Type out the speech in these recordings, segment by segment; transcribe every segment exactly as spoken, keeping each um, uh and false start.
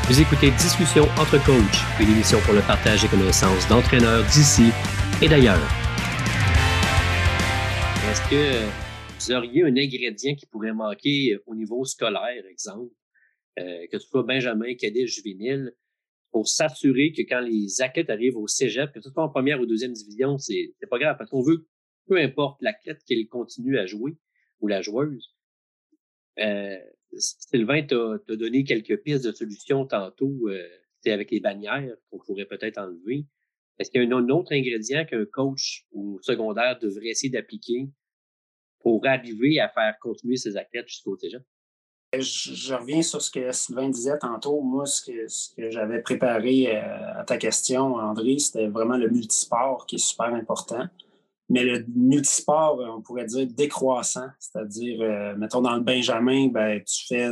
Vous écoutez Discussion entre coachs, une émission pour le partage des connaissances d'entraîneurs d'ici et d'ailleurs. Est-ce que vous auriez un ingrédient qui pourrait manquer au niveau scolaire, exemple, euh, que ce soit Benjamin, cadet, juvénile, pour s'assurer que quand les athlètes arrivent au cégep, que ce soit en première ou deuxième division, c'est, c'est pas grave, parce qu'on veut, peu importe l'athlète qu'il continue à jouer ou la joueuse. Euh, Sylvain t'a, t'a donné quelques pistes de solutions tantôt, euh, c'est avec les bannières qu'on pourrait peut-être enlever. Est-ce qu'il y a un, un autre ingrédient qu'un coach au secondaire devrait essayer d'appliquer pour arriver à faire continuer ses athlètes jusqu'au cégep? Je, je reviens sur ce que Sylvain disait tantôt. Moi, ce que, ce que j'avais préparé euh, à ta question, André, c'était vraiment le multisport qui est super important. Mais le multisport, on pourrait dire décroissant, c'est-à-dire, euh, mettons, dans le Benjamin, ben, tu fais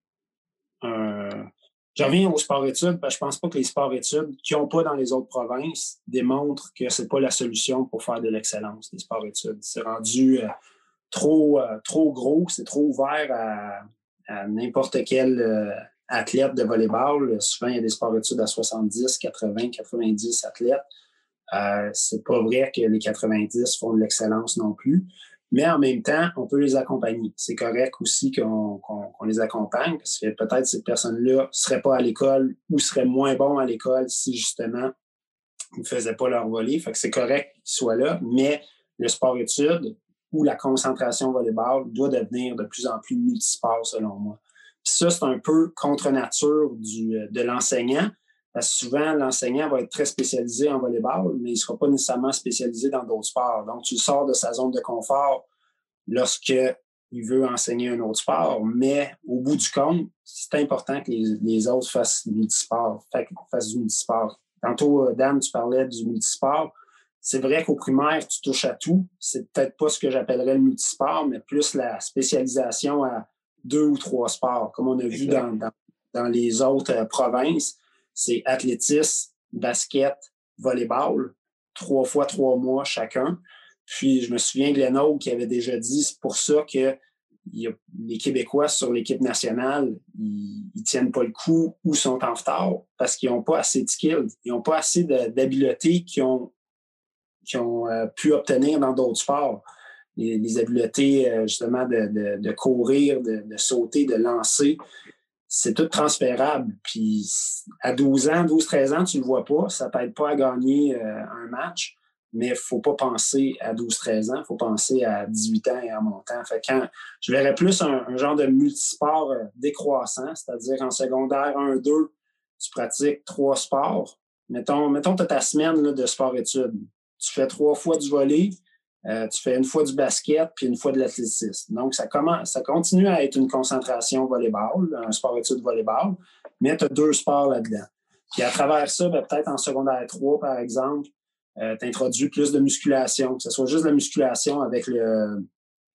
un... Je reviens aux sports-études, parce que je pense pas que les sports-études qui n'ont pas dans les autres provinces démontrent que c'est pas la solution pour faire de l'excellence, les sports-études. C'est rendu euh, trop, euh, trop gros, c'est trop ouvert à, à n'importe quel euh, athlète de volleyball. Souvent, il y a des sports-études à soixante-dix, quatre-vingts, quatre-vingt-dix athlètes. Euh, c'est pas vrai que les quatre-vingt-dix font de l'excellence non plus. Mais en même temps, on peut les accompagner. C'est correct aussi qu'on, qu'on, qu'on les accompagne, parce que peut-être ces personnes-là ne seraient pas à l'école ou seraient moins bons à l'école si justement ils ne faisaient pas leur volley. Fait que c'est correct qu'ils soient là, mais le sport-études ou la concentration volleyball doit devenir de plus en plus multisport, selon moi. Puis ça, c'est un peu contre nature du, de l'enseignant, parce que souvent, l'enseignant va être très spécialisé en volleyball, mais il ne sera pas nécessairement spécialisé dans d'autres sports. Donc, tu le sors de sa zone de confort lorsqu'il veut enseigner un autre sport, mais au bout du compte, c'est important que les, les autres fassent du multisport, fassent du multisport. Tantôt, Dan, tu parlais du multisport. C'est vrai qu'au primaire, tu touches à tout. C'est peut-être pas ce que j'appellerais le multisport, mais plus la spécialisation à deux ou trois sports, comme on a vu dans, dans, dans les autres euh, provinces. C'est athlétisme, basket, volleyball, trois fois trois mois chacun. Puis, je me souviens de Glenn qui avait déjà dit, c'est pour ça que y a, les Québécois sur l'équipe nationale, ils ne tiennent pas le coup ou sont en retard parce qu'ils n'ont pas assez de skills, ils n'ont pas assez de, d'habiletés qu'ils ont, qu'ils ont euh, pu obtenir dans d'autres sports. Les, les habiletés, euh, justement, de, de, de courir, de, de sauter, de lancer, c'est tout transférable. Puis à douze ans, douze treize ans, tu ne le vois pas. Ça ne t'aide pas à gagner euh, un match, mais il ne faut pas penser à douze treize ans. Il faut penser à dix-huit ans et en montant. Fait que quand, je verrais plus un, un genre de multisport euh, décroissant, c'est-à-dire en secondaire un deux, tu pratiques trois sports. Mettons, mettons tu as ta semaine là, de sport-études. Tu fais trois fois du volley, Euh, tu fais une fois du basket puis une fois de l'athlétisme. Donc, ça, commence, ça continue à être une concentration volleyball, un sport-études volleyball, mais tu as deux sports là-dedans. Puis à travers ça, ben, peut-être en secondaire trois, par exemple, euh, tu introduis plus de musculation, que ce soit juste la musculation avec le,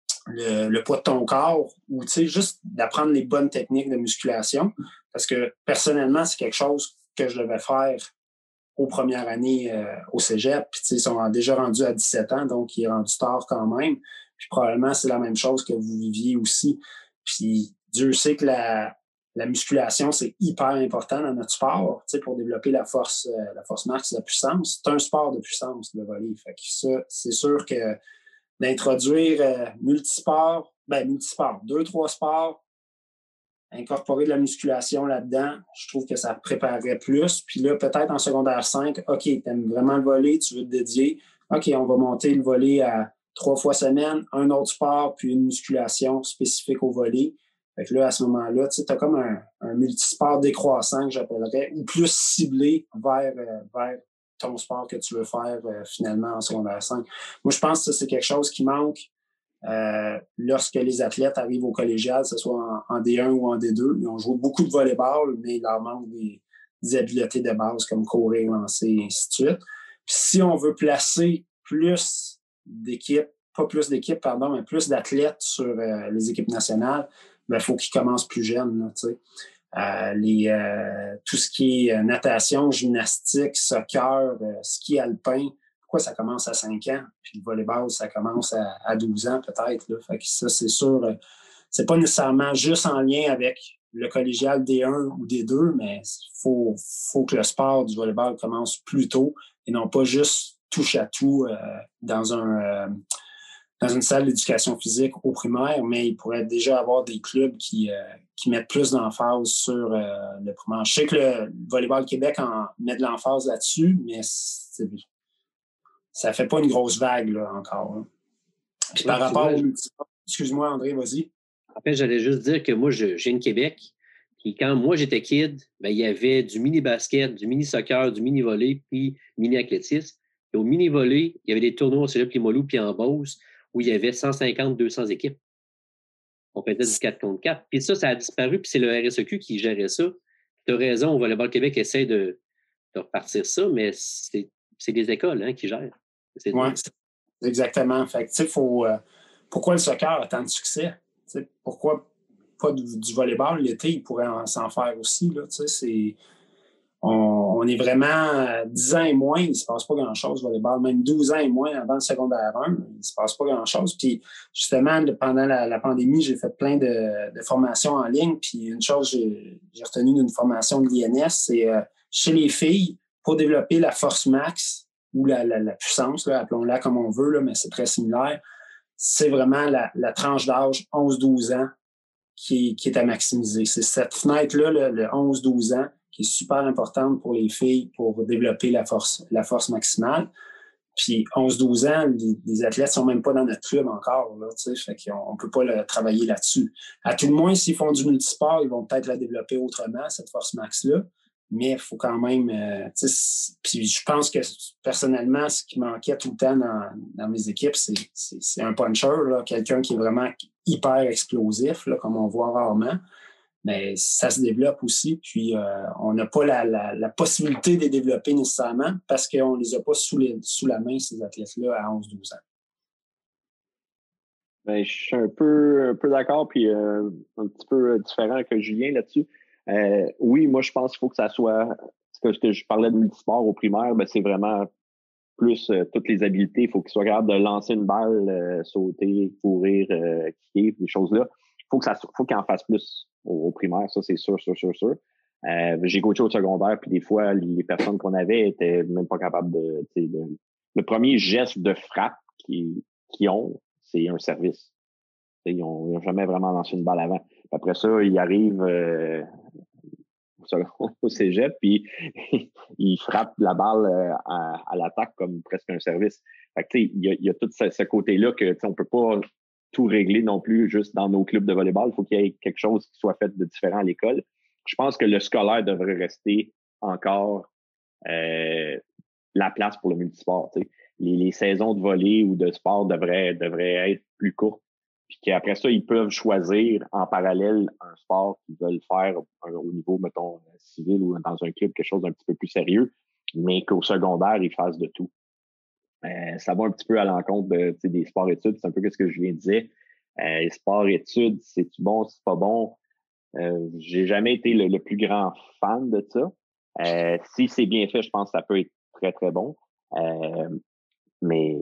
le, le poids de ton corps ou tu sais, juste d'apprendre les bonnes techniques de musculation. Parce que personnellement, c'est quelque chose que je devais faire aux premières années euh, au cégep. Puis, ils sont déjà rendus à dix-sept ans, donc il est rendu tard quand même. Puis, probablement, c'est la même chose que vous viviez aussi. Puis, Dieu sait que la, la musculation, c'est hyper important dans notre sport, pour développer la force, euh, la force max, la puissance. C'est un sport de puissance, le volley. Fait que ça, c'est sûr que d'introduire euh, multisport, ben, multisport, deux, trois sports, incorporer de la musculation là-dedans, je trouve que ça préparerait plus. Puis là, peut-être en secondaire cinq, OK, tu aimes vraiment le volley, tu veux te dédier. OK, on va monter le volley à trois fois semaine, un autre sport, puis une musculation spécifique au volley. Fait que là, à ce moment-là, tu as comme un, un multisport décroissant que j'appellerais, ou plus ciblé vers, euh, vers ton sport que tu veux faire euh, finalement en secondaire cinq. Moi, je pense que c'est quelque chose qui manque Euh, lorsque les athlètes arrivent au collégial, que ce soit en, en D un ou en D deux, ils ont joué beaucoup de volleyball, mais il leur manque des, des habiletés de base comme courir, lancer, et ainsi de suite. Puis si on veut placer plus d'équipes, pas plus d'équipes, pardon, mais plus d'athlètes sur euh, les équipes nationales, il ben, faut qu'ils commencent plus jeunes. Là, tu sais. Euh, les, euh, tout ce qui est natation, gymnastique, soccer, euh, ski alpin, pourquoi ça commence à cinq ans, puis le volleyball, ça commence à, à douze ans peut-être. Là. Fait que ça, c'est sûr, euh, c'est pas nécessairement juste en lien avec le collégial D un ou D deux, mais il faut, faut que le sport du volleyball commence plus tôt et non pas juste touche à tout euh, dans un euh, dans une salle d'éducation physique au primaire, mais il pourrait déjà avoir des clubs qui, euh, qui mettent plus d'emphase sur euh, le primaire. Je sais que le, le Volleyball Québec en met de l'emphase là-dessus, mais ça ne fait pas une grosse vague là, encore. Hein. Puis Ouais, par rapport vois, au je... multisport, excuse-moi André, vas-y. En fait, j'allais juste dire que moi, je, j'ai une Québec. Puis quand moi, j'étais kid, ben, il y avait du mini-basket, du mini-soccer, du mini-volley, puis mini-athlétisme. Et au mini-volley, il y avait des tournois au Cégep Limoilou puis en Beauce où il y avait cent cinquante à deux cents équipes. On faisait du quatre contre quatre. Puis ça, ça a disparu, puis c'est le R S E Q qui gérait ça. Tu as raison, Volleyball Québec essaie de, de repartir ça, mais c'est, c'est des écoles hein, qui gèrent. Oui, exactement. Fait que, faut, euh, pourquoi le soccer a tant de succès? T'sais, pourquoi pas du, du volleyball l'été, il pourrait en, s'en faire aussi. Là, c'est, on, on est vraiment dix ans et moins, il ne se passe pas grand-chose au volleyball. Même douze ans et moins avant le secondaire un, il ne se passe pas grand-chose. Puis justement, pendant la, la pandémie, j'ai fait plein de, de formations en ligne. Puis une chose, j'ai, j'ai retenu d'une formation de l'I N S, c'est euh, chez les filles, pour développer la force max, ou la, la, la puissance, là, appelons-la comme on veut, là, mais c'est très similaire, c'est vraiment la, la tranche d'âge onze douze ans qui, qui est à maximiser. C'est cette fenêtre-là, le, le onze douze ans, qui est super importante pour les filles pour développer la force, la force maximale. Puis onze douze ans, les, les athlètes ne sont même pas dans notre club encore. Là, fait qu'on ne peut pas le, travailler là-dessus. À tout le moins, s'ils font du multisport, ils vont peut-être la développer autrement, cette force max-là. Mais il faut quand même... Euh, puis je pense que personnellement, ce qui manquait tout le temps dans, dans mes équipes, c'est, c'est, c'est un puncher, là, quelqu'un qui est vraiment hyper explosif, là, comme on voit rarement. Mais ça se développe aussi. Puis euh, on n'a pas la, la, la possibilité de les développer nécessairement parce qu'on ne les a pas sous, les, sous la main, ces athlètes-là, à onze douze ans. Ben, je suis un peu, un peu d'accord, puis euh, un petit peu différent que Julien là-dessus. Euh, oui, moi, je pense qu'il faut que ça soit... Ce que, ce que je parlais de multisport au primaire, ben, c'est vraiment plus euh, toutes les habiletés. Il faut qu'il soit capable de lancer une balle, euh, sauter, courir, euh, kicker, des choses-là. Il faut que ça, faut qu'il en fasse plus au, au primaire, ça, c'est sûr, sûr, sûr, sûr. Euh, j'ai coaché au secondaire, puis des fois, les personnes qu'on avait étaient même pas capables de... de le premier geste de frappe qu'ils, qu'ils ont, c'est un service. Ils n'ont jamais vraiment lancé une balle avant. Après ça, ils arrivent euh, au cégep, puis ils frappent la balle euh, à, à l'attaque comme presque un service. Fait que, il y a, il y a tout ce, ce côté-là que on peut pas tout régler non plus juste dans nos clubs de volleyball. Il faut qu'il y ait quelque chose qui soit fait de différent à l'école. Je pense que le scolaire devrait rester encore euh, la place pour le multisport. Les, les saisons de volley ou de sport devraient, devraient être plus courtes. Puis qu'après ça, ils peuvent choisir en parallèle un sport qu'ils veulent faire au niveau, mettons, civil ou dans un club, quelque chose d'un petit peu plus sérieux, mais qu'au secondaire, ils fassent de tout. Euh, ça va un petit peu à l'encontre de, des sports-études. C'est un peu ce que je viens de dire. Euh, les sports-études, c'est-tu bon, c'est pas bon? Euh, j'ai jamais été le, le plus grand fan de ça. Euh, si c'est bien fait, je pense que ça peut être très, très bon. Euh, mais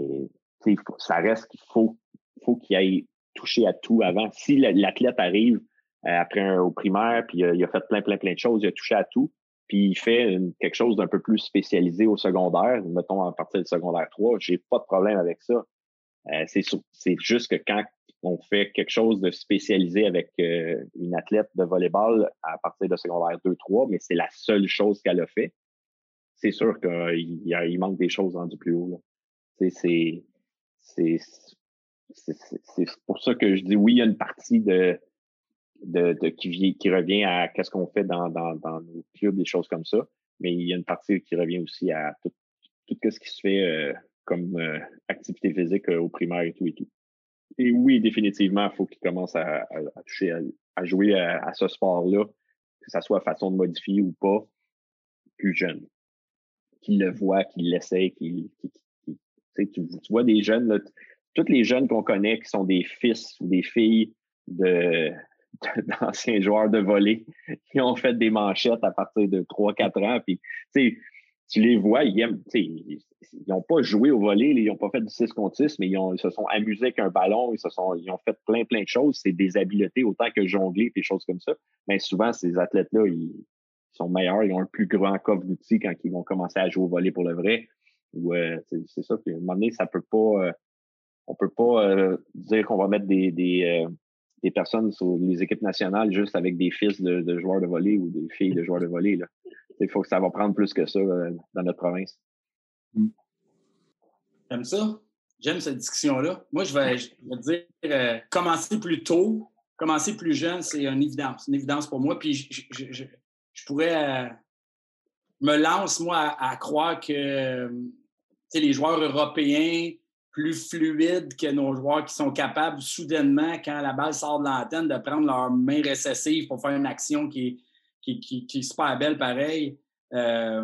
ça reste qu'il faut, faut qu'il aille toucher à tout avant. Si l'athlète arrive euh, après un, au primaire, puis euh, il a fait plein, plein, plein de choses, il a touché à tout, puis il fait une, quelque chose d'un peu plus spécialisé au secondaire, mettons à partir du secondaire trois, j'ai pas de problème avec ça. Euh, c'est, c'est juste que quand on fait quelque chose de spécialisé avec euh, une athlète de volleyball à partir de secondaire deux trois, mais c'est la seule chose qu'elle a fait, c'est sûr qu'il euh, il manque des choses rendues plus haut. Là. C'est, c'est, c'est, c'est, c'est pour ça que je dis oui, il y a une partie de, de, de qui, qui revient à qu'est-ce qu'on fait dans, dans, dans nos clubs, des choses comme ça, mais il y a une partie qui revient aussi à tout, tout ce qui se fait euh, comme euh, activité physique euh, au primaire et tout et tout. Et oui, définitivement, il faut qu'il commence à, à, à toucher, à, à jouer à, à ce sport-là, que ça soit façon de modifier ou pas, plus jeune. Qu'il le voit, qu'il l'essaie, qu'il, qu'il, qu'il tu, tu vois des jeunes, là, tous les jeunes qu'on connaît qui sont des fils ou des filles de, de d'anciens joueurs de volley qui ont fait des manchettes à partir de trois quatre ans. Puis, tu sais, tu les vois, ils aiment, ils n'ont pas joué au volley, ils n'ont pas fait du six contre six, mais ils, ont, ils se sont amusés avec un ballon, ils, se sont, ils ont fait plein, plein de choses. C'est des habiletés autant que jongler et des choses comme ça. Mais souvent, ces athlètes-là, ils, ils sont meilleurs, ils ont un plus grand coffre d'outils quand ils vont commencer à jouer au volley pour le vrai. Ou, euh, c'est, c'est ça. Puis, à un moment donné, ça peut pas, euh, on peut pas euh, dire qu'on va mettre des, des, euh, des personnes sur les équipes nationales juste avec des fils de, de joueurs de volley ou des filles de joueurs de volley, là. Il faut que ça va prendre plus que ça euh, dans notre province. J'aime ça. J'aime cette discussion-là. Moi, je vais, je vais dire, euh, commencer plus tôt, commencer plus jeune, c'est une évidence. Une évidence pour moi. Puis je, je, je, je pourrais euh, me lance, moi, à, à croire que euh, les joueurs européens plus fluides que nos joueurs qui sont capables, soudainement, quand la balle sort de l'antenne, de prendre leur main récessive pour faire une action qui est Qui, qui, qui est super belle, pareil. Euh,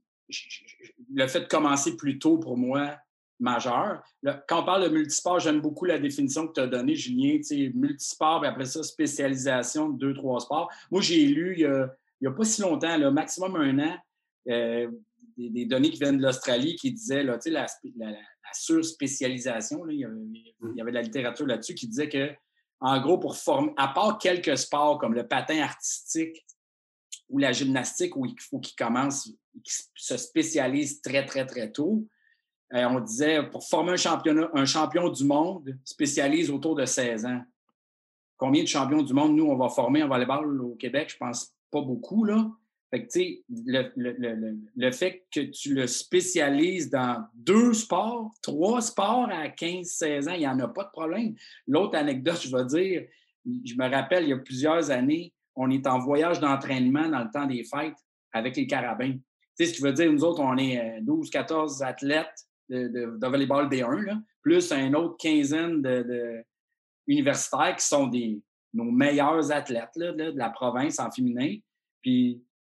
le fait de commencer plus tôt, pour moi, majeur. Le, quand on parle de multisport, j'aime beaucoup la définition que tu as donnée, Julien. Multisport, puis après ça, spécialisation de deux, trois sports. Moi, j'ai lu, il n'y a, a pas si longtemps, là, maximum un an, euh, des, des données qui viennent de l'Australie qui disaient là, la, la, la surspécialisation, là, il, y avait, il y avait de la littérature là-dessus qui disait que, en gros, pour former, à part quelques sports comme le patin artistique, ou la gymnastique, où il faut qu'ils commencent, qu'ils se spécialisent très, très, très tôt. Euh, on disait, pour former un, championnat, un champion du monde, spécialise autour de seize ans. Combien de champions du monde, nous, on va former en volleyball au Québec? Je pense pas beaucoup, là. Fait que, tu sais, le, le, le, le fait que tu le spécialises dans deux sports, trois sports à quinze seize ans, il n'y en a pas de problème. L'autre anecdote, je vais dire, je me rappelle, il y a plusieurs années, on est en voyage d'entraînement dans le temps des fêtes avec les Carabins. Tu sais, ce qui veut dire, nous autres, on est douze quatorze athlètes de, de, de volleyball D un, là, plus un autre quinzaine de, de universitaires qui sont des, nos meilleurs athlètes là, de, de la province en féminin. Puis,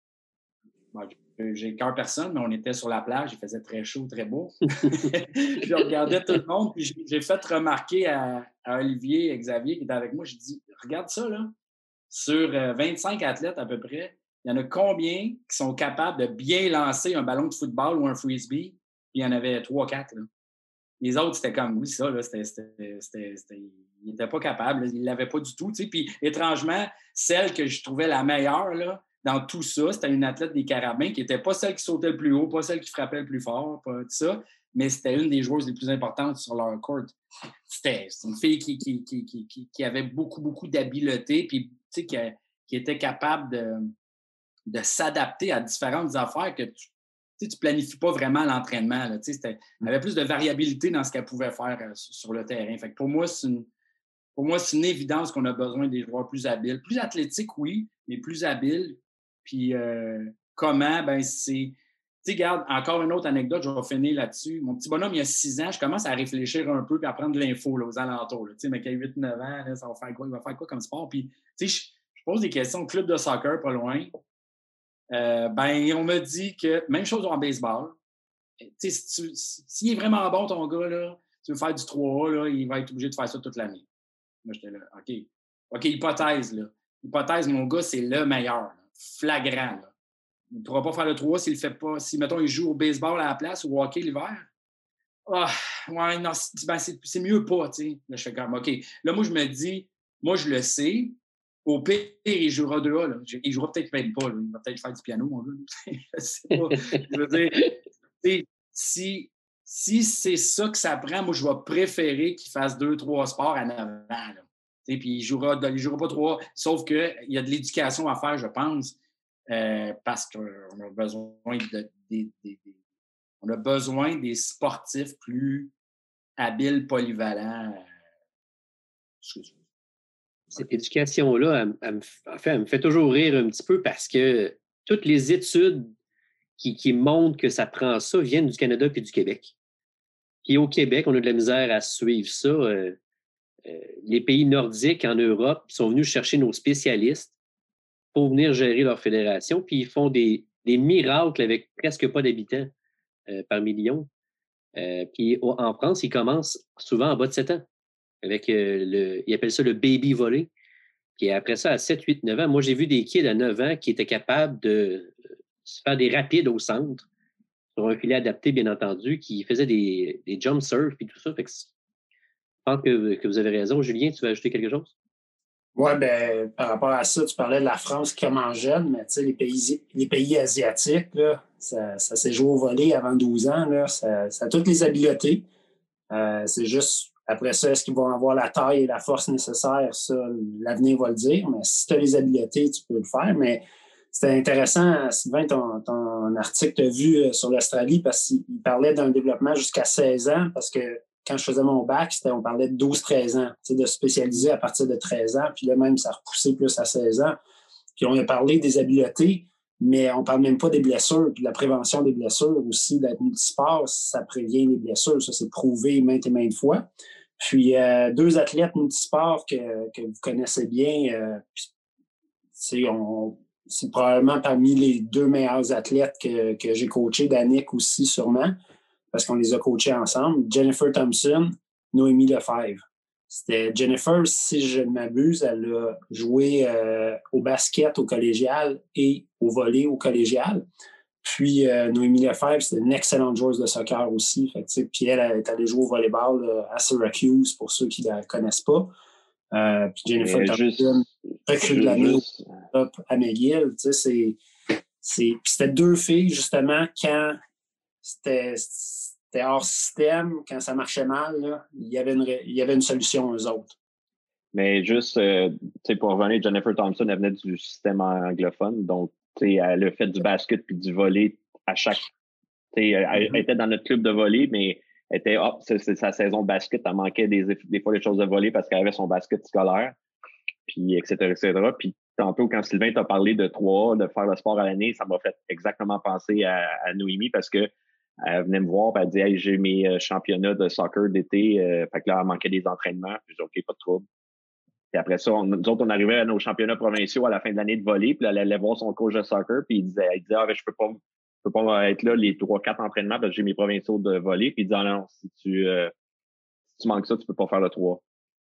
bon, j'ai cœur personne, mais on était sur la plage, il faisait très chaud, très beau. Je regardais tout le monde, puis j'ai fait remarquer à, à Olivier et Xavier qui étaient avec moi, j'ai dit, regarde ça, là. Sur vingt-cinq athlètes à peu près, il y en a combien qui sont capables de bien lancer un ballon de football ou un frisbee? Puis il y en avait trois, quatre. Là. Les autres, c'était comme, oui, ça, là, c'était, c'était, c'était, c'était, ils n'étaient pas capables, ils ne l'avaient pas du tout. Tu sais. Puis étrangement, celle que je trouvais la meilleure là, dans tout ça, c'était une athlète des Carabins qui n'était pas celle qui sautait le plus haut, pas celle qui frappait le plus fort, pas tout ça, mais c'était une des joueuses les plus importantes sur leur court. C'était, c'était une fille qui, qui, qui, qui, qui avait beaucoup, beaucoup d'habileté, puis tu sais, qui, qui était capable de, de s'adapter à différentes affaires que tu tu ne planifies pas vraiment l'entraînement. Là, c'était, il y avait plus de variabilité dans ce qu'elle pouvait faire euh, sur le terrain. Fait que pour moi, c'est une, pour moi, c'est une évidence qu'on a besoin des joueurs plus habiles. Plus athlétiques, oui, mais plus habiles. Puis euh, comment? Ben c'est... Tu sais, regarde, encore une autre anecdote, je vais finir là-dessus. Mon petit bonhomme, il y a six ans, je commence à réfléchir un peu et à prendre de l'info là, aux alentours. Tu sais, mais qui a huit neuf ans, là, ça va faire quoi? Il va faire quoi comme sport? Puis, tu sais, je, je pose des questions au club de soccer, pas loin. Euh, ben, on me dit que, même chose en baseball, tu sais, si tu, s'il est vraiment bon, ton gars, là, tu veux faire du trois A, là, il va être obligé de faire ça toute l'année. Moi, j'étais là, OK. OK, hypothèse, là. Hypothèse, mon gars, c'est le meilleur, là, flagrant, là. Il ne pourra pas faire le trois s'il le fait pas. Si, mettons, il joue au baseball à la place ou au hockey l'hiver. Ah, ouais, non, c'est, ben, c'est, c'est mieux pas, tu sais. Là, je fais comme, OK. Là, moi, je me dis, moi, je le sais. Au pire, il jouera deux A. Là. Il jouera peut-être même pas. Là. Il va peut-être faire du piano, mon gars. Je sais pas. Je veux dire, si, si c'est ça que ça prend, moi, je vais préférer qu'il fasse deux, trois sports en avant. Là. Puis il jouera, il jouera pas trois. Sauf qu'il y a de l'éducation à faire, je pense, euh, parce qu'on a besoin de, de, de, de, de, on a besoin des sportifs plus habiles, polyvalents. Excuse-moi. Cette éducation-là, elle, elle, me, en fait, elle me fait toujours rire un petit peu parce que toutes les études qui, qui montrent que ça prend ça viennent du Canada puis du Québec. Puis au Québec, on a de la misère à suivre ça. Euh, euh, les pays nordiques en Europe sont venus chercher nos spécialistes pour venir gérer leur fédération, puis ils font des, des miracles avec presque pas d'habitants euh, par million. Euh, puis en France, ils commencent souvent en bas de sept ans. Avec euh, le, ils appellent ça le baby volley. Puis après ça, à sept, huit, neuf ans, moi, j'ai vu des kids à neuf ans qui étaient capables de se faire des rapides au centre. sur un filet adapté, bien entendu, qui faisait des, des jump surf et tout ça. Fait que je pense que, que vous avez raison. Julien, tu veux ajouter quelque chose? Oui, ben, par rapport à ça, tu parlais de la France qui commence jeune, mais tu sais, les pays, les pays asiatiques, là, ça, ça s'est joué au volley avant douze ans. Là, ça, ça a toutes les habiletés. Euh, c'est juste, après ça, est-ce qu'ils vont avoir la taille et la force nécessaires? Ça, l'avenir va le dire. Mais si tu as les habiletés, tu peux le faire. Mais c'était intéressant, Sylvain, ton, ton article que tu as vu sur l'Australie, parce qu'il parlait d'un développement jusqu'à seize ans, parce que quand je faisais mon bac, c'était, on parlait de douze treize ans, de spécialiser à partir de treize ans, puis là même, ça a repoussé plus à seize ans. Puis on a parlé des habiletés, mais on ne parle même pas des blessures, puis de la prévention des blessures aussi, d'être multisport, ça prévient les blessures, ça c'est prouvé maintes et maintes fois. Puis euh, deux athlètes multisports que, que vous connaissez bien, euh, c'est, on, c'est probablement parmi les deux meilleurs athlètes que, que j'ai coachés, Danick aussi sûrement, parce qu'on les a coachés ensemble. Jennifer Thompson, Noémie Lefebvre. C'était Jennifer, si je ne m'abuse, elle a joué euh, au basket au collégial et au volley au collégial. Puis euh, Noémie Lefebvre, c'était une excellente joueuse de soccer aussi. Fait que, puis elle, elle est allée jouer au volleyball euh, à Syracuse, pour ceux qui ne la connaissent pas. Euh, puis Jennifer Mais Thompson, juste, recrue de l'année à McGill. C'est, c'est, puis c'était deux filles, justement, quand c'était... C'était hors système, quand ça marchait mal, là, il, y avait une, il y avait une solution aux autres. Mais juste, euh, pour revenir, Jennifer Thompson, elle venait du système anglophone, donc elle a fait du basket puis du volley à chaque... Elle, mm-hmm. elle était dans notre club de volley, mais elle était, oh, c'est, c'est sa saison de basket, elle manquait des, des fois les choses de volley parce qu'elle avait son basket scolaire, puis et cetera, et cetera. Puis tantôt, quand Sylvain t'a parlé de trois A, de faire le sport à l'année, ça m'a fait exactement penser à, à Noémie parce que elle venait me voir, puis elle dit hey, j'ai mes euh, championnats de soccer d'été, euh, fait que là, elle manquait des entraînements. Puis je dis OK, pas de trouble. Puis après ça, on, nous autres, on arrivait à nos championnats provinciaux à la fin de l'année de volley, puis elle allait voir son coach de soccer, puis il disait, il disait ah, ben, je peux pas, je peux pas être là les trois, quatre entraînements parce que j'ai mes provinciaux de volley. Puis il dit ah, non, si tu, euh, si tu manques ça, tu peux pas faire le trois.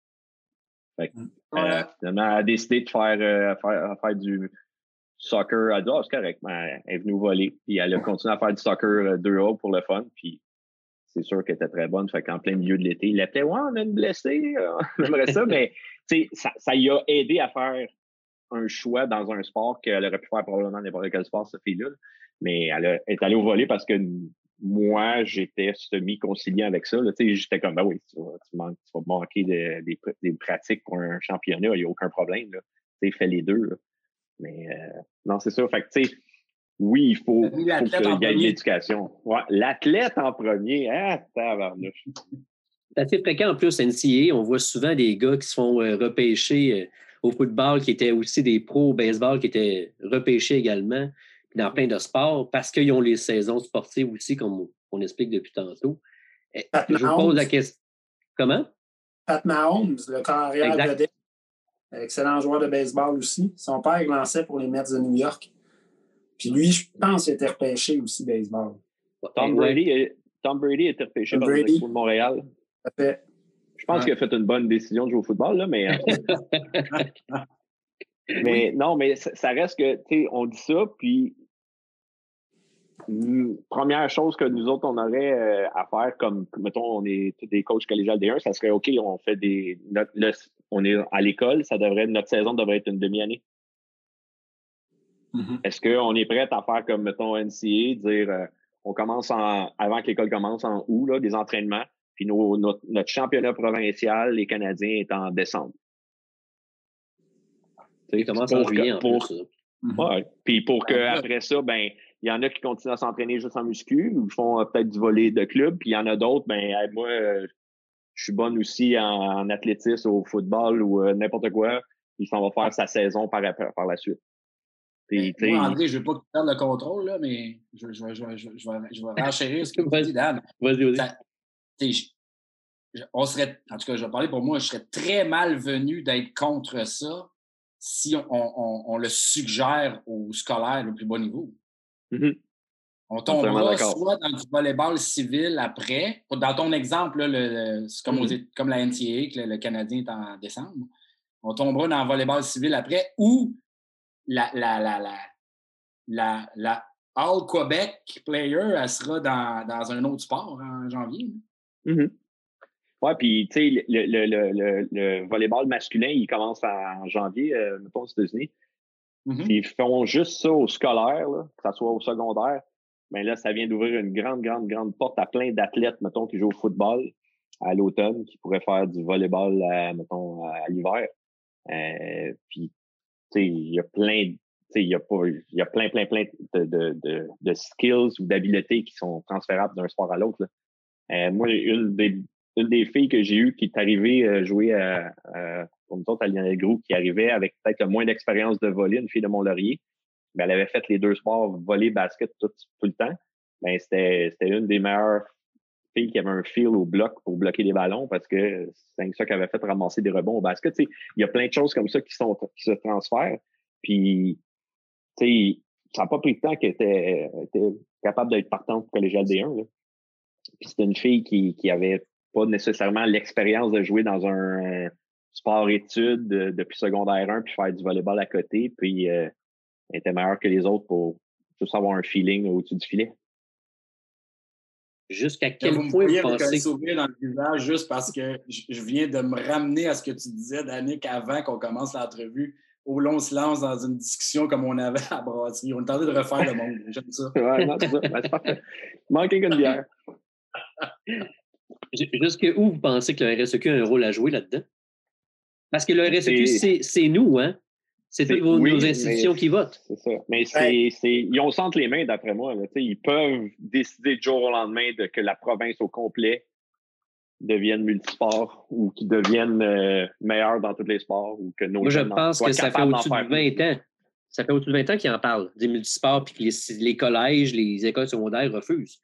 Fait que, euh, finalement, elle a décidé de faire, euh, faire, faire du soccer. Elle a dit, ah, c'est correct. Elle est venue voler. Puis elle a continué à faire du soccer deux A pour le fun. Puis c'est sûr qu'elle était très bonne. Fait qu'en plein milieu de l'été, il était, ouais, on a une blessée. J'aimerais ça. Mais, tu sais, ça, ça y a aidé à faire un choix dans un sport qu'elle aurait pu faire probablement n'importe quel sport, cette fille-là. Mais elle a, est allée au volley parce que moi, j'étais semi-conciliant avec ça. Tu sais, j'étais comme, ben oui, tu vas, tu manques, tu vas manquer de, des, des pratiques pour un championnat. Il n'y a aucun problème. Tu sais, fais les deux. Là. Mais euh, non, c'est ça. Fait que, tu sais, oui, il faut, faut qu'il y ait de l'éducation. Ouais, l'athlète en premier, hein, tabarnouche. C'est assez fréquent en plus, N C A A. On voit souvent des gars qui se font euh, repêcher euh, au football, qui étaient aussi des pros au baseball, qui étaient repêchés également, puis dans plein de sports, parce qu'ils ont les saisons sportives aussi, comme on explique depuis tantôt. Pat Je vous pose la question. Comment? Pat Mahomes, le carrière vedette. Excellent joueur de baseball aussi. Son père il lançait pour les Mets de New York. Puis lui, je pense qu'il était repêché aussi baseball. Tom Brady, ouais. Tom Brady était repêché par le de Montréal. Fait. Je pense ouais. qu'il a fait une bonne décision de jouer au football, là, mais. mais oui. Non, mais ça, ça reste que, tu sais, on dit ça, puis. Première chose que nous autres, on aurait euh, à faire, comme, mettons, on est tous des coachs collégiales D un, ça serait OK, on fait des. Notre, le, on est à l'école, ça devrait, notre saison devrait être une demi-année. Mm-hmm. Est-ce qu'on est prêt à faire comme, mettons, N C A A, dire euh, on commence en, avant que l'école commence en août, là, des entraînements, puis nos, notre, notre championnat provincial, les Canadiens, est en décembre. Il commence en juillet, en pour, plus. Mm-hmm. Ouais. Puis pour qu'après ça, ben il y en a qui continuent à s'entraîner juste en muscu ou font euh, peut-être du volley de club, puis il y en a d'autres, ben hey, moi, euh, je suis bonne aussi en, en athlétisme, au football ou euh, n'importe quoi. Il s'en va faire sa saison par, par la suite. Puis, moi, André, je ne veux pas que tu perdes le contrôle, là, mais je, je, je, je, je, je vais, je vais renchérir ce que tu dis, Dan. Vas-y, vas-y. Ça, je, on serait, en tout cas, je vais parler pour moi, je serais très malvenu d'être contre ça si on, on, on le suggère aux scolaires au plus bas niveau. Mm-hmm. On tombera soit dans du volleyball civil après. Dans ton exemple, là, le, le, c'est comme, mm-hmm. aux, comme la N C A A, que le, le Canadien est en décembre. On tombera dans le volleyball civil après ou la, la, la, la, la, la All Québec player, elle sera dans, dans un autre sport en janvier. Mm-hmm. Oui, puis tu sais, le, le, le, le, le volleyball masculin, il commence en janvier, euh, mettons, aux États-Unis. Mm-hmm. Ils font juste ça au scolaire, là, que ça soit au secondaire. Mais là, ça vient d'ouvrir une grande, grande, grande porte à plein d'athlètes, mettons, qui jouent au football à l'automne, qui pourraient faire du volleyball, à, mettons, à, à l'hiver. Euh, puis, tu sais, il y a plein, tu sais, il y a pas, il y a plein, plein, plein de, de, de, de skills ou d'habiletés qui sont transférables d'un sport à l'autre, là. Euh, moi, une des, une des filles que j'ai eues qui est arrivée euh, jouer à, à, pour nous autres, à Lionel Groux, qui arrivait avec peut-être le moins d'expérience de volley, une fille de Mont-Laurier, mais elle avait fait les deux sports, volley, basket, tout, tout le temps. Ben, c'était, c'était une des meilleures filles qui avait un feel au bloc pour bloquer des ballons parce que c'est ça qu'elle avait fait ramasser des rebonds au basket. Tu sais, il y a plein de choses comme ça qui, sont, qui se transfèrent. Puis, tu sais, ça n'a pas pris de temps qu'elle était, était capable d'être partante collégiale D un, là. Puis c'était une fille qui, qui avait pas nécessairement l'expérience de jouer dans un sport-études de, depuis secondaire un puis faire du volleyball à côté. Puis, euh, elle était meilleure que les autres pour juste avoir un feeling au-dessus du filet. Jusqu'à quel vous point me vous avec pensez... un sourire dans le visage juste parce que je viens de me ramener à ce que tu disais, Danick, avant qu'on commence l'entrevue. Au long, on se lance dans une discussion comme on avait à Brasserie. On est en train de refaire le monde. J'aime ça. Ouais, non, c'est ça. Ben, c'est parfait. Manquez qu'une bière. Jusqu'où vous pensez que le R S E Q a un rôle à jouer là-dedans? Parce que le R S E Q, c'est, c'est nous, hein? C'est, c'est toutes vos, oui, nos institutions qui votent. C'est ça. Mais c'est, ouais. c'est, ils ont sentent les mains, d'après moi. Là. Ils peuvent décider du jour au lendemain de que la province au complet devienne multisport ou qu'ils deviennent euh, meilleurs dans tous les sports ou que nos moi, je pense que ça fait au-dessus de vingt ans. Ça fait au-dessus de vingt ans qu'ils en parlent, des multisports, puis que les, les collèges, les écoles secondaires refusent.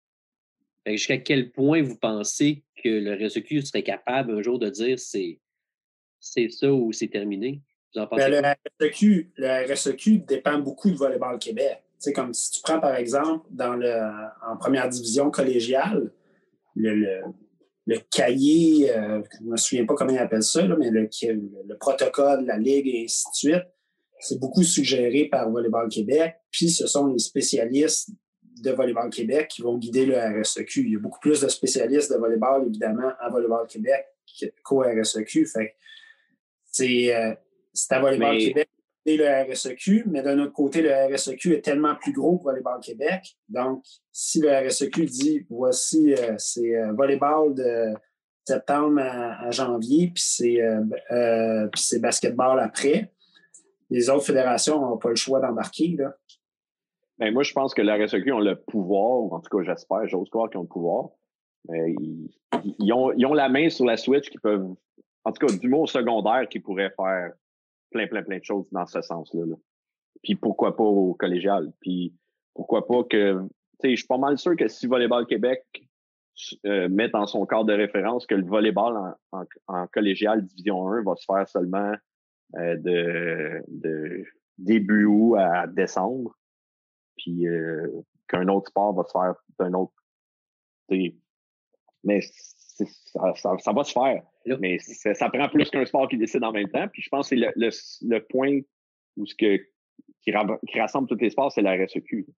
Jusqu'à quel point vous pensez que le R S E Q serait capable un jour de dire c'est, c'est ça ou c'est terminé? Vous en pensez le, R S E Q, le R S E Q dépend beaucoup de Volleyball Québec. Tu sais, comme si tu prends, par exemple, dans le, en première division collégiale, le, le, le cahier, euh, je ne me souviens pas comment ils appellent ça, là, mais le, le, le protocole, la ligue et ainsi de suite, c'est beaucoup suggéré par Volleyball Québec. Puis ce sont les spécialistes de Volleyball Québec qui vont guider le R S E Q. Il y a beaucoup plus de spécialistes de volleyball, évidemment, à Volleyball Québec qu'au R S E Q. Fait que c'est, euh, c'est à Volleyball mais... Québec et le R S E Q, mais d'un autre côté, le R S E Q est tellement plus gros que Volleyball Québec. Donc, si le R S E Q dit, voici, euh, c'est euh, volleyball de septembre à, à janvier, puis c'est, euh, euh, puis c'est basketball après, les autres fédérations n'ont pas le choix d'embarquer, là. Ben, moi, je pense que le R S E Q ont le pouvoir, en tout cas, j'espère, j'ose croire qu'ils ont le pouvoir. Mais ils, ils, ont, ils ont la main sur la Switch qui peuvent, en tout cas, du mot secondaire qui pourrait faire plein, plein, plein de choses dans ce sens-là, là. Puis pourquoi pas au collégial? Puis pourquoi pas que, tu sais, je suis pas mal sûr que si Volleyball Québec euh, met dans son cadre de référence que le volleyball en, en, en collégial Division un va se faire seulement euh, de, de début août à décembre, puis euh, qu'un autre sport va se faire d'un autre, t'sais, mais c'est, ça, ça, ça va se faire. Là. Mais ça prend plus qu'un sport qui décide en même temps. Puis je pense que c'est le, le, le point où ce que qui, qui rassemble tous les sports, c'est la R S E Q.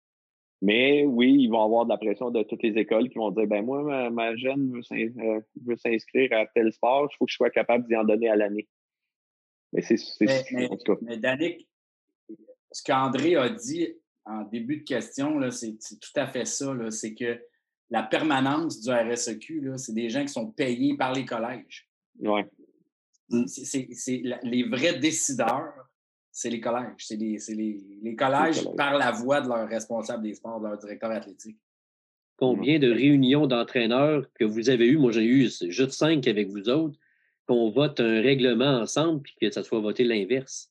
Mais oui, ils vont avoir de la pression de toutes les écoles qui vont dire, ben moi, ma, ma jeune veut, s'ins, euh, veut s'inscrire à tel sport, il faut que je sois capable d'y en donner à l'année. Mais c'est, c'est, mais, c'est mais, en tout cas. Mais Danick, ce qu'André a dit en début de question, là, c'est, c'est tout à fait ça. Là, c'est que la permanence du R S E Q, là, c'est des gens qui sont payés par les collèges. Ouais. C'est, c'est, c'est la, les vrais décideurs, c'est les collèges. C'est les, c'est les, les collèges, les collèges par la voix de leur responsable des sports, de leur directeur athlétique. Combien de réunions d'entraîneurs que vous avez eues? Moi, j'ai eu juste cinq avec vous autres, qu'on vote un règlement ensemble puis que ça soit voté l'inverse.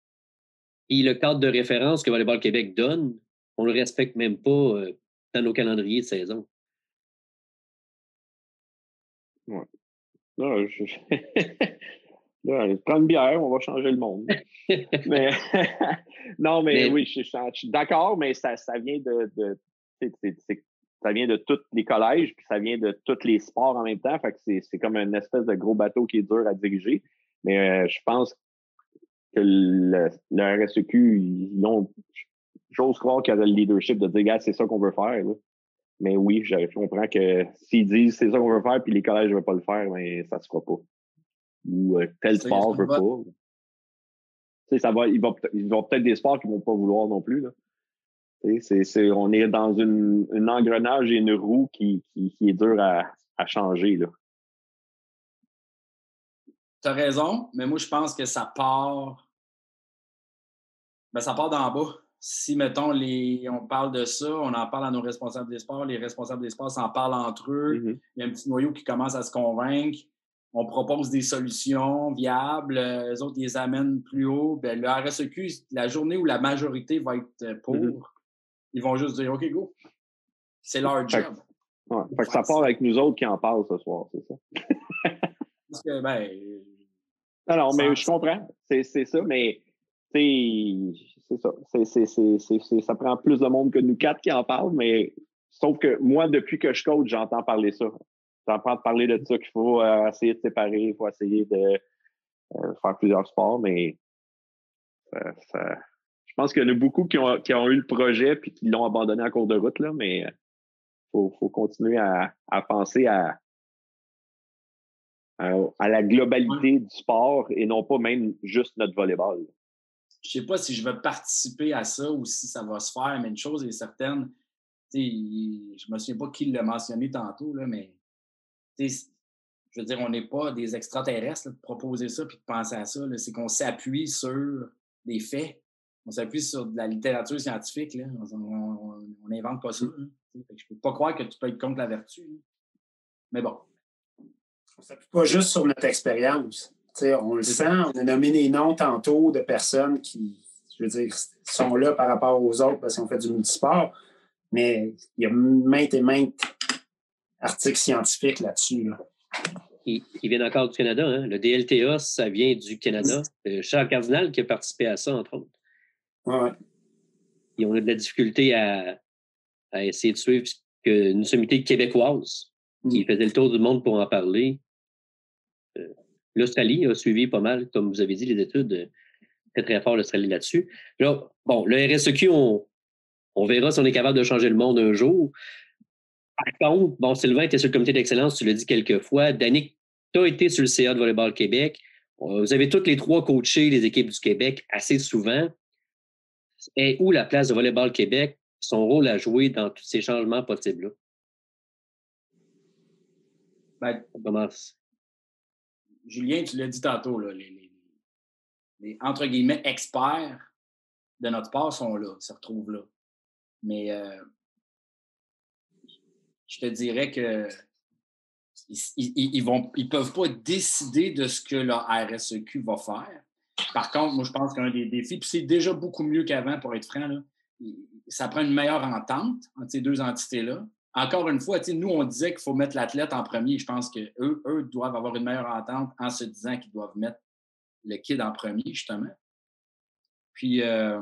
Et le cadre de référence que Volleyball Québec donne, on ne le respecte même pas euh, dans nos calendriers de saison. Ouais. Là, je... Là, prends une bière, on va changer le monde. mais non, mais, mais oui, je, je, je suis d'accord, mais ça, ça vient de, de c'est, c'est, c'est, ça vient de tous les collèges, puis ça vient de tous les sports en même temps. Fait que c'est, c'est comme une espèce de gros bateau qui est dur à diriger. Mais euh, je pense que le, le R S E Q, ils ont, j'ose croire qu'il y aurait le leadership de dire, gars, c'est ça qu'on veut faire. Là. Mais oui, je comprends que s'ils disent c'est ça qu'on veut faire, puis les collèges ne veulent pas le faire, mais ça ne se fera pas. Ou euh, tel C'est sport ne veut va... pas. Tu sais, ça va, il va, il va peut-être des sports qui ne vont pas vouloir non plus. Là. C'est, c'est, on est dans une, un engrenage et une roue qui, qui, qui est dur à, à changer. Là. Tu as raison, mais moi, je pense que ça part. Ben, ça part d'en bas. Si, mettons, les... on parle de ça, on en parle à nos responsables des sports, les responsables des sports s'en parlent entre eux, mm-hmm. Il y a un petit noyau qui commence à se convaincre, on propose des solutions viables, les autres les amènent plus haut. Ben, le R S E Q, la journée où la majorité va être pour, mm-hmm. Ils vont juste dire « OK, go ». C'est leur fait job. Que, ouais, fait que ça part avec nous autres qui en parlent ce soir, c'est ça? Parce que, ben... Non, non, mais je comprends. C'est, c'est ça, mais c'est, c'est ça. C'est, c'est, c'est, c'est, c'est, ça prend plus de monde que nous quatre qui en parlent, mais sauf que moi, depuis que je coach, j'entends parler ça. J'entends parler de ça qu'il faut euh, essayer de séparer, il faut essayer de euh, faire plusieurs sports, mais ça... ça je pense qu'il y en a beaucoup qui ont, qui ont eu le projet puis qui l'ont abandonné en cours de route, là, mais il faut, faut continuer à, à penser à, à, à la globalité du sport et non pas même juste notre volleyball. Je ne sais pas si je vais participer à ça ou si ça va se faire, mais une chose est certaine, je ne me souviens pas qui l'a mentionné tantôt, là, mais je veux dire, on n'est pas des extraterrestres là, de proposer ça puis de penser à ça. Là, c'est qu'on s'appuie sur des faits. On s'appuie sur de la littérature scientifique. Là. On n'invente pas ça. Hein. Je ne peux pas croire que tu peux être contre la vertu. Là. Mais bon. On ne s'appuie pas juste sur notre expérience. T'sais, on le sent. On a nommé des noms tantôt de personnes qui, je veux dire, sont là par rapport aux autres parce qu'on fait du multisport. Mais il y a maintes et maintes articles scientifiques là-dessus. Là. Qui, qui viennent encore du Canada. Hein? Le D L T A, ça vient du Canada. Euh, Charles Cardinal qui a participé à ça, entre autres. Ouais. Et on a de la difficulté à, à essayer de suivre que une sommité québécoise mm. qui faisait le tour du monde pour en parler. Euh, L'Australie a suivi pas mal, comme vous avez dit, les études. Très, très fort, l'Australie là-dessus. Là, bon, le R S E Q, on, on verra si on est capable de changer le monde un jour. Par contre, bon, Sylvain était sur le comité d'excellence, tu l'as dit quelques fois. Danick, tu as été sur le C A de Volleyball Québec. Vous avez toutes les trois coachés les équipes du Québec assez souvent. Et où la place de Volleyball Québec, son rôle à jouer dans tous ces changements possibles-là? Ben, on commence. Julien, tu l'as dit tantôt, là, les, les, les entre guillemets experts de notre sport sont là, ils se retrouvent là. Mais euh, je te dirais que ils, ils, ils vont, ils peuvent pas décider de ce que le R S E Q va faire. Par contre, moi, je pense qu'un des défis, puis c'est déjà beaucoup mieux qu'avant, pour être franc, là, ça prend une meilleure entente entre ces deux entités-là. Encore une fois, nous, on disait qu'il faut mettre l'athlète en premier. Je pense qu'eux eux doivent avoir une meilleure entente en se disant qu'ils doivent mettre le kid en premier, justement. Puis, euh,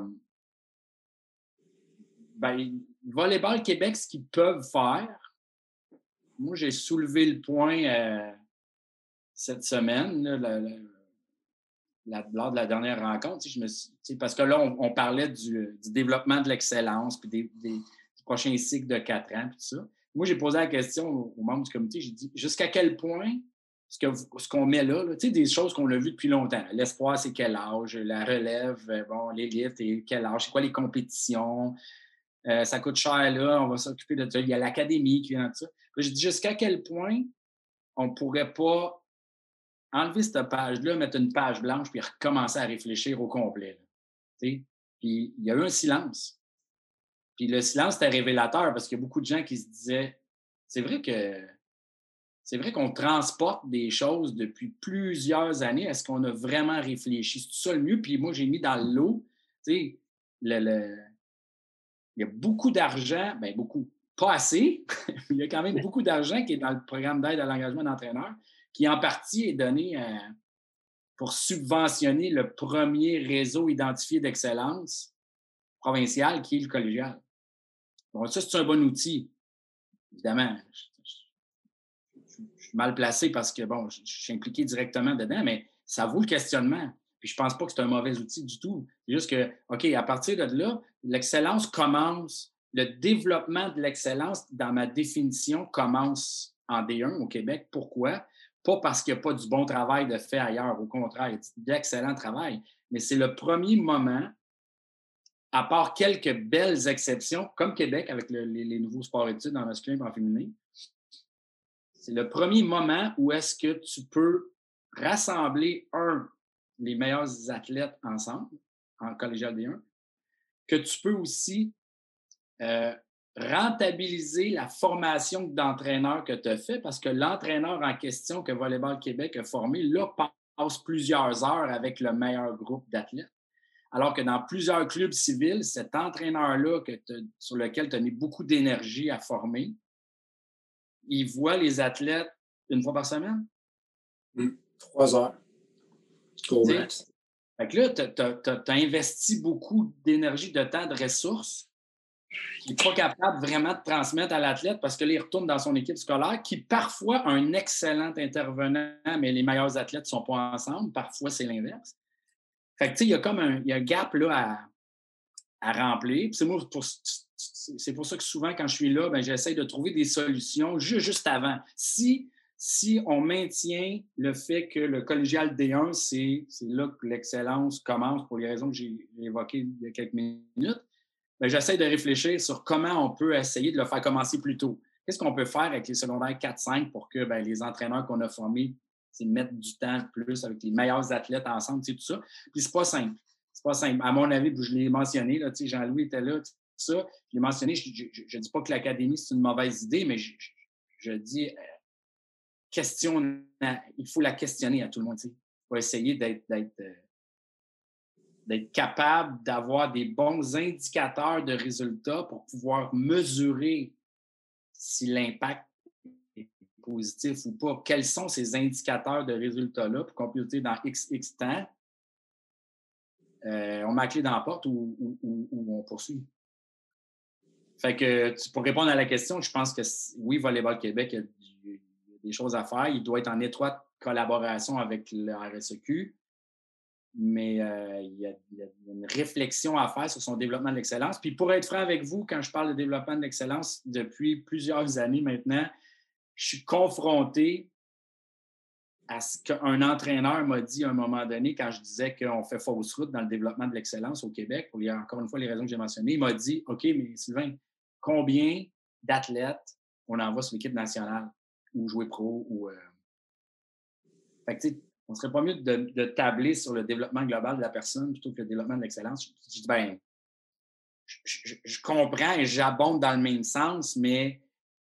ben, Volleyball Québec, ce qu'ils peuvent faire, moi, j'ai soulevé le point euh, cette semaine, là, la, la, la, lors de la dernière rencontre. Je me suis, parce que là, on, on parlait du, du développement de l'excellence, puis des, des, du prochain cycle de quatre ans, puis tout ça. Moi, j'ai posé la question aux, aux membres du comité, j'ai dit, jusqu'à quel point ce, que vous, ce qu'on met là, là tu sais, des choses qu'on a vues depuis longtemps. L'espoir, c'est quel âge? La relève, bon, l'élite, et quel âge? C'est quoi les compétitions? Euh, ça coûte cher, là, on va s'occuper de ça. Il y a l'académie qui vient de ça. J'ai dit jusqu'à quel point on ne pourrait pas enlever cette page-là, mettre une page blanche puis recommencer à réfléchir au complet. Puis il y a eu un silence. Puis le silence était révélateur parce qu'il y a beaucoup de gens qui se disaient c'est vrai que c'est vrai qu'on transporte des choses depuis plusieurs années. Est-ce qu'on a vraiment réfléchi? C'est ça le mieux? Puis moi, j'ai mis dans le lot, tu sais, le, le... il y a beaucoup d'argent, bien beaucoup, pas assez, mais il y a quand même beaucoup d'argent qui est dans le programme d'aide à l'engagement d'entraîneurs, qui en partie est donné euh, pour subventionner le premier réseau identifié d'excellence provincial qui est le collégial. Bon, ça, c'est un bon outil. Évidemment, je, je, je, je suis mal placé parce que, bon, je, je suis impliqué directement dedans, mais ça vaut le questionnement. Puis je pense pas que c'est un mauvais outil du tout. C'est juste que, OK, à partir de là, l'excellence commence, le développement de l'excellence, dans ma définition, commence en D un au Québec. Pourquoi? Pas parce qu'il n'y a pas du bon travail de fait ailleurs. Au contraire, il y a d'excellent travail. Mais c'est le premier moment, à part quelques belles exceptions, comme Québec avec le, les, les nouveaux sports-études en masculin et en féminin, c'est le premier moment où est-ce que tu peux rassembler, un, les meilleurs athlètes ensemble, en collégial D un, que tu peux aussi euh, rentabiliser la formation d'entraîneur que tu as fait, parce que l'entraîneur en question que Volleyball Québec a formé, là, passe plusieurs heures avec le meilleur groupe d'athlètes. Alors que dans plusieurs clubs civils, cet entraîneur-là que sur lequel tu as mis beaucoup d'énergie à former, il voit les athlètes une fois par semaine? Mmh. Trois heures. Gros max. Fait que là, tu as investi beaucoup d'énergie, de temps, de ressources qui n'est pas capable vraiment de transmettre à l'athlète parce que là, il retourne dans son équipe scolaire qui, parfois, a un excellent intervenant, mais les meilleurs athlètes ne sont pas ensemble. Parfois, c'est l'inverse. Fait que, tu sais, il y a comme un, il y a un gap là, à, à remplir. C'est moi, pour, c'est pour ça que souvent, quand je suis là, ben, j'essaie de trouver des solutions juste, juste avant. Si, si on maintient le fait que le collégial D un, c'est là que l'excellence commence pour les raisons que j'ai évoquées il y a quelques minutes, ben, j'essaie de réfléchir sur comment on peut essayer de le faire commencer plus tôt. Qu'est-ce qu'on peut faire avec les secondaires quatre cinq pour que ben, les entraîneurs qu'on a formés mettre du temps plus avec les meilleurs athlètes ensemble, tout ça. Puis c'est pas simple. C'est pas simple. À mon avis, je l'ai mentionné, Jean-Louis était là, tout ça. Je l'ai mentionné, je ne dis pas que l'académie, c'est une mauvaise idée, mais je, je, je dis, euh, question, il faut la questionner à tout le monde. Il faut essayer d'être euh, d'être capable d'avoir des bons indicateurs de résultats pour pouvoir mesurer si l'impact est positif ou pas. Quels sont ces indicateurs de résultats-là pour qu'on puisse dire dans X, X temps, euh, on met la clé dans la porte ou, ou, ou, ou on poursuit. Fait que pour répondre à la question, je pense que oui, Volleyball Québec, il y a, du, il y a des choses à faire. Il doit être en étroite collaboration avec le R S E Q. Mais euh, il, y a, il y a une réflexion à faire sur son développement de l'excellence. Puis pour être franc avec vous, quand je parle de développement de l'excellence, depuis plusieurs années maintenant, je suis confronté à ce qu'un entraîneur m'a dit à un moment donné quand je disais qu'on fait fausse route dans le développement de l'excellence au Québec, pour les, encore une fois les raisons que j'ai mentionnées. Il m'a dit « OK, mais Sylvain, combien d'athlètes on envoie sur l'équipe nationale ou jouer pro? » ou euh... Fait que tu sais, on ne serait pas mieux de, de tabler sur le développement global de la personne plutôt que le développement de l'excellence. Je dis, ben, je, je, je comprends et j'abonde dans le même sens, mais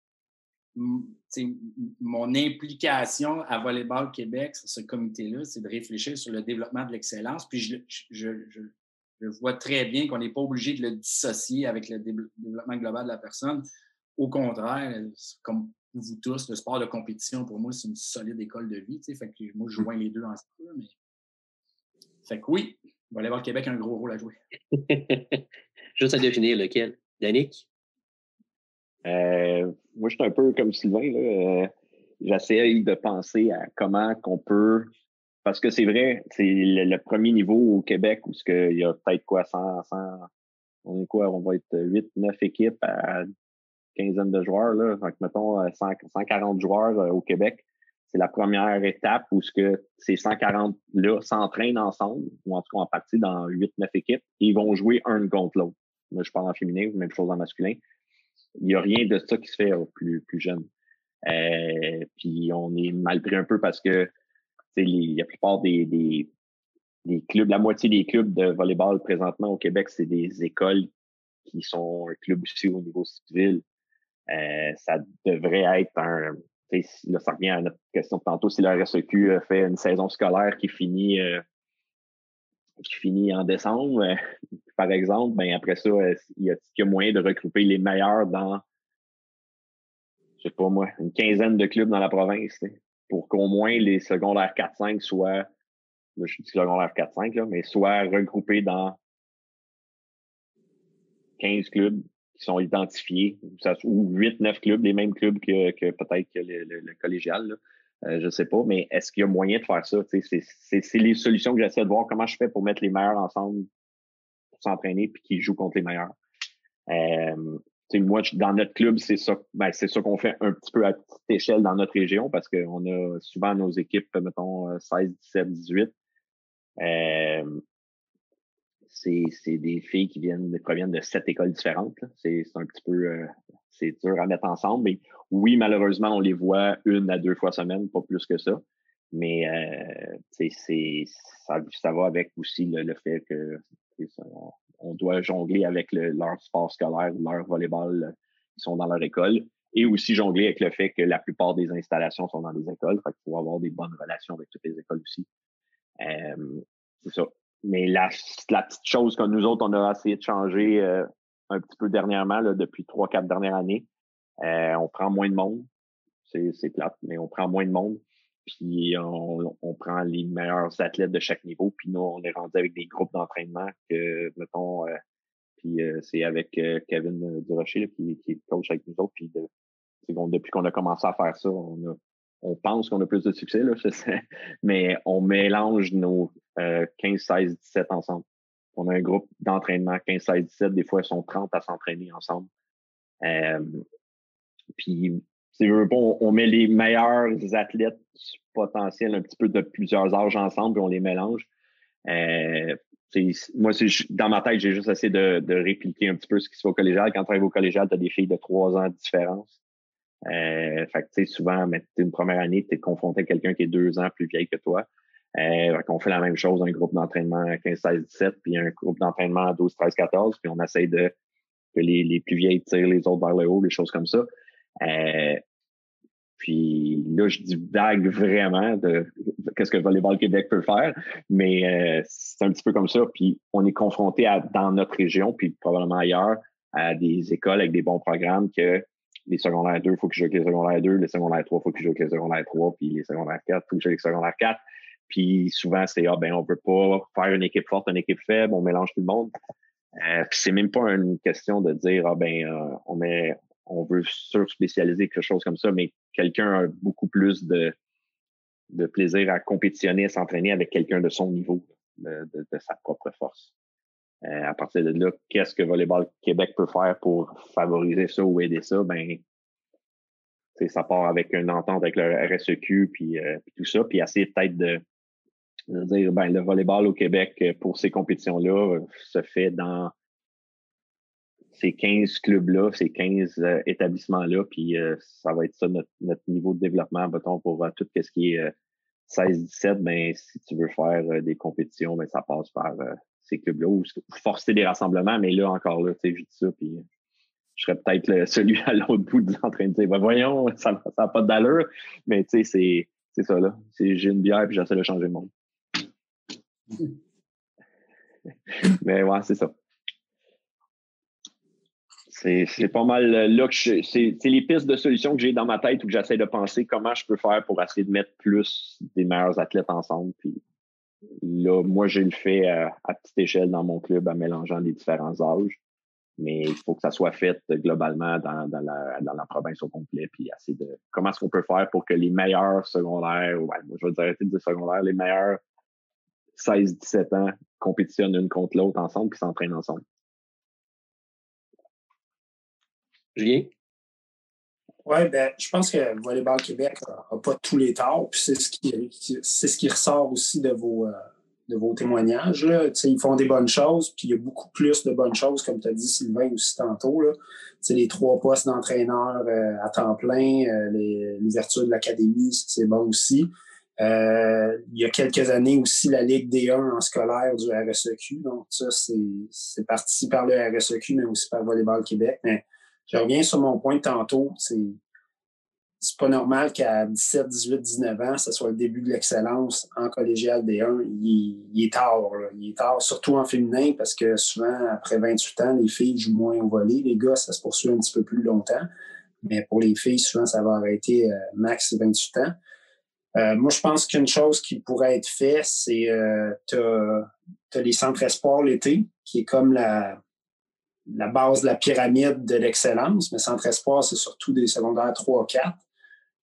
mon implication à Volleyball Québec, sur ce comité-là, c'est de réfléchir sur le développement de l'excellence. Puis je, je, je, je vois très bien qu'on n'est pas obligé de le dissocier avec le développement global de la personne. Au contraire, comme vous tous, le sport de compétition, pour moi, c'est une solide école de vie. Fait que moi, je joins les deux ensemble. Mais... Fait que oui, Volleyball Québec a un gros rôle à jouer. Juste à définir lequel. Danick? Euh, moi, je suis un peu comme Sylvain. Euh, J'essaie de penser à comment qu'on peut... Parce que c'est vrai, c'est le, le premier niveau au Québec où il y a peut-être quoi, cent, cent... On est quoi? On va être huit, neuf équipes à quinzaine de joueurs. Là. Donc, mettons, cent, cent quarante joueurs euh, au Québec. C'est la première étape où ce que ces cent quarante-là s'entraînent ensemble, ou en tout cas en partie dans huit, neuf équipes, et ils vont jouer un contre l'autre. Moi, je parle en féminin, même chose en masculin. Il n'y a rien de ça qui se fait aux plus, plus jeunes. Euh, puis on est mal pris un peu parce que les, la plupart des, des, des clubs, la moitié des clubs de volleyball présentement au Québec, c'est des écoles qui sont un club aussi au niveau civil. Euh, ça devrait être un... Là, ça revient à notre question de tantôt. Si le R S E Q fait une saison scolaire qui finit euh, qui finit en décembre, euh, par exemple, ben après ça, il y a, il y a moyen de regrouper les meilleurs dans, je sais pas moi, une quinzaine de clubs dans la province, t'sais, pour qu'au moins les secondaires quatre cinq soient, là, je dis secondaire quatre cinq, là, mais soient regroupés dans quinze clubs qui sont identifiés, ou huit neuf clubs, les mêmes clubs que, que peut-être que le, le, le collégial, là. Euh, je ne sais pas, mais est-ce qu'il y a moyen de faire ça? C'est, c'est, c'est les solutions que j'essaie de voir. Comment je fais pour mettre les meilleurs ensemble pour s'entraîner puis qu'ils jouent contre les meilleurs. Euh, moi, dans notre club, c'est ça, ben, c'est ça qu'on fait un petit peu à petite échelle dans notre région parce qu'on a souvent nos équipes, mettons, seize, dix-sept, dix-huit. Euh, c'est, c'est des filles qui viennent, proviennent de sept écoles différentes. Là. C'est, c'est un petit peu... Euh, c'est dur à mettre ensemble. Mais oui, malheureusement, on les voit une à deux fois semaine, pas plus que ça. Mais euh, c'est, c'est, ça, ça va avec aussi le, le fait que ça, on, on doit jongler avec le, leur sport scolaire, leur volleyball, ils sont dans leur école. Et aussi jongler avec le fait que la plupart des installations sont dans des écoles. Fait qu'il faut avoir des bonnes relations avec toutes les écoles aussi. Euh, c'est ça. Mais la, la petite chose que nous autres, on a essayé de changer euh, un petit peu dernièrement, là, depuis trois, quatre dernières années. Euh, on prend moins de monde. C'est, c'est plate, mais on prend moins de monde. Puis on, on prend les meilleurs athlètes de chaque niveau. Puis nous, on est rendu avec des groupes d'entraînement que, mettons, euh, puis euh, c'est avec euh, Kevin Durocher là, qui, qui est coach avec nous autres. Puis de, c'est bon, depuis qu'on a commencé à faire ça, on a on pense qu'on a plus de succès, là, je sais, mais on mélange nos euh, quinze, seize, dix-sept ensemble. On a un groupe d'entraînement quinze, seize, dix-sept, des fois, ils sont trente à s'entraîner ensemble. Euh, puis, c'est bon, on met les meilleurs athlètes potentiels un petit peu de plusieurs âges ensemble, puis on les mélange. Euh, c'est, moi, c'est, dans ma tête, j'ai juste essayé de, de répliquer un petit peu ce qui se fait au collégial. Quand tu arrives au collégial, tu as des filles de trois ans de différence. Euh, fait que, tu sais, souvent, mais t'es une première année, tu es confronté à quelqu'un qui est deux ans plus vieille que toi. Euh, fait qu'on fait la même chose, un groupe d'entraînement quinze, seize, dix-sept, puis un groupe d'entraînement douze, treize, quatorze, puis on essaye de que les, les plus vieilles tirent les autres vers le haut, des choses comme ça. Euh, puis là, je divague vraiment de, de qu'est-ce que Volleyball Québec peut faire, mais euh, c'est un petit peu comme ça. Puis on est confronté à, dans notre région, puis probablement ailleurs, à des écoles avec des bons programmes que les secondaires deux, il faut que je joue avec les secondaires deux, les secondaires trois, il faut que je joue avec les secondaires trois, puis les secondaires quatre, il faut que je joue avec les secondaires quatre. Puis souvent, c'est ah ben on veut pas faire une équipe forte, une équipe faible, on mélange tout le monde. Euh, puis c'est même pas une question de dire ah ben euh, on met on veut sur-spécialiser quelque chose comme ça, mais quelqu'un a beaucoup plus de, de plaisir à compétitionner, à s'entraîner avec quelqu'un de son niveau, de, de, de sa propre force. Euh, à partir de là, qu'est-ce que Volleyball Québec peut faire pour favoriser ça ou aider ça? Ben, ça part avec une entente avec le R S E Q, puis, euh, puis tout ça, puis essayer peut-être de, de dire, ben, le volleyball au Québec, pour ces compétitions-là, se fait dans ces quinze clubs-là, ces quinze euh, établissements-là, puis euh, ça va être ça notre, notre niveau de développement, mettons, pour euh, tout ce qui est euh, seize dix-sept, ben, si tu veux faire euh, des compétitions, ben, ça passe par euh, ces clubs-là, ou forcer des rassemblements, mais là, encore là, tu sais, je dis ça, puis je serais peut-être le, celui à l'autre bout en train de dire, ben, voyons, ça n'a pas d'allure, mais tu sais, c'est, c'est ça, là. C'est, j'ai une bière, puis j'essaie de changer le monde. Mais ouais, c'est ça. C'est, c'est pas mal là que je, c'est, c'est les pistes de solutions que j'ai dans ma tête où j'essaie de penser comment je peux faire pour essayer de mettre plus des meilleurs athlètes ensemble. Puis là, moi, je le fais à, à petite échelle dans mon club en mélangeant les différents âges. Mais il faut que ça soit fait globalement dans, dans, la, dans la province au complet. Puis essayer de comment est-ce qu'on peut faire pour que les meilleurs secondaires, ouais, moi, je vais arrêter de dire secondaires, les meilleurs seize dix-sept ans compétitionnent une contre l'autre ensemble puis s'entraînent ensemble. Julien? Oui, ben, je pense que Volleyball Québec n'a pas tous les torts, puis c'est ce qui, c'est ce qui ressort aussi de vos, euh, de vos témoignages. Là. Ils font des bonnes choses, puis il y a beaucoup plus de bonnes choses, comme tu as dit, Sylvain, aussi tantôt. Là. Les trois postes d'entraîneur euh, à temps plein, euh, les, l'ouverture de l'académie, c'est bon aussi. Euh, il y a quelques années aussi, la Ligue D un en scolaire du R S E Q. Donc, ça, c'est, c'est parti par le R S E Q, mais aussi par Volleyball Québec. Mais je reviens sur mon point de tantôt. C'est, c'est pas normal qu'à dix-sept, dix-huit, dix-neuf ans, ce soit le début de l'excellence en collégial D un. Il, il est tard. Là. Il est tard, surtout en féminin, parce que souvent, après vingt-huit ans, les filles jouent moins au volley. Les gars, ça se poursuit un petit peu plus longtemps. Mais pour les filles, souvent, ça va arrêter euh, max vingt-huit ans. Euh, moi, je pense qu'une chose qui pourrait être faite, c'est euh, t'as, t'as les centres espoirs l'été, qui est comme la... la base de la pyramide de l'excellence, mais centre espoir, c'est surtout des secondaires trois quatre.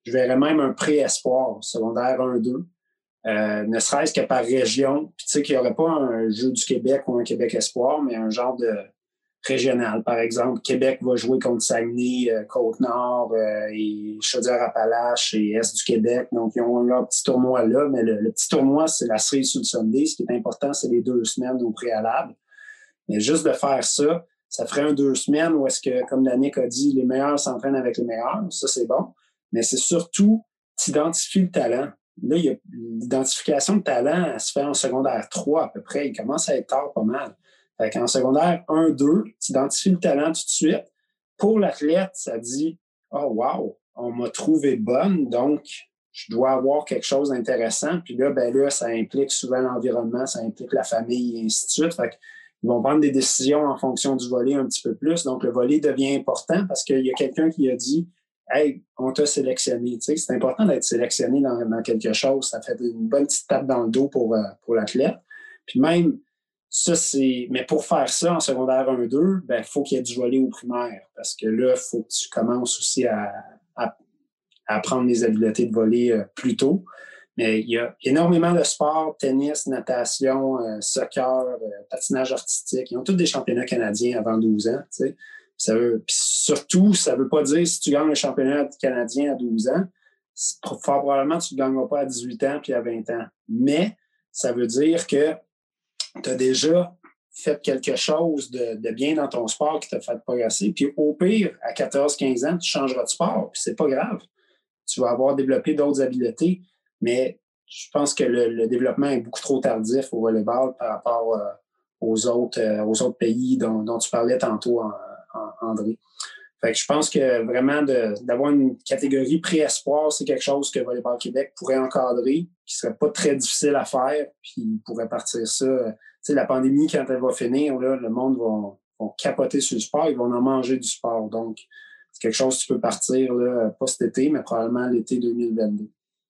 Je verrais même un pré-espoir, secondaire un deux, euh, ne serait-ce que par région. Puis tu sais qu'il n'y aurait pas un jeu du Québec ou un Québec espoir, mais un genre de régional. Par exemple, Québec va jouer contre Saguenay, euh, Côte-Nord euh, et Chaudière-Appalaches et Est du Québec. Donc, ils ont leur petit tournoi là, mais le, le petit tournoi, c'est la série sur le Sunday. Ce qui est important, c'est les deux semaines au préalable. Mais juste de faire ça, ça ferait un deux semaines où est-ce que, comme Danick a dit, les meilleurs s'entraînent avec les meilleurs. Ça, c'est bon. Mais c'est surtout, tu identifies le talent. Là, il y a l'identification de talent, elle se fait en secondaire trois à peu près. Il commence à être tard pas mal. Fait qu'en secondaire un deux, tu identifies le talent tout de suite. Pour l'athlète, ça dit « Oh wow, on m'a trouvé bonne, donc je dois avoir quelque chose d'intéressant. » Puis là, ben là, ça implique souvent l'environnement, ça implique la famille et ainsi de suite. Fait qu'ils vont prendre des décisions en fonction du volley un petit peu plus. Donc, le volley devient important parce qu'il y a quelqu'un qui a dit « Hey, on t'a sélectionné. » Tu sais, c'est important d'être sélectionné dans, dans quelque chose. Ça fait une bonne petite tape dans le dos pour, pour l'athlète. Puis même, ça, c'est. Mais pour faire ça en secondaire un deux, ben, il faut qu'il y ait du volley au primaire. Parce que là, il faut que tu commences aussi à, à, à apprendre les habiletés de volley euh, plus tôt. Mais il y a énormément de sports, tennis, natation, euh, soccer, euh, patinage artistique. Ils ont tous des championnats canadiens avant douze ans. Tu sais. Ça veut, puis surtout, ça ne veut pas dire si tu gagnes le championnat canadien à douze ans, fort probablement tu ne gagneras pas à dix-huit ans puis à vingt ans. Mais ça veut dire que tu as déjà fait quelque chose de, de bien dans ton sport qui t'a fait progresser. Puis au pire, à quatorze quinze ans, tu changeras de sport, puis c'est pas grave. Tu vas avoir développé d'autres habiletés, mais je pense que le, le développement est beaucoup trop tardif au volleyball par rapport euh, aux, autres, euh, aux autres pays dont, dont tu parlais tantôt, en, en, André. Fait que je pense que vraiment de, d'avoir une catégorie pré-espoir, c'est quelque chose que Volleyball Québec pourrait encadrer, qui serait pas très difficile à faire, puis il pourrait partir ça. Tu sais, la pandémie, quand elle va finir, là, le monde va, va capoter sur le sport, ils vont en manger du sport. Donc, c'est quelque chose que tu peux partir, là, pas cet été, mais probablement l'été deux mille vingt-deux.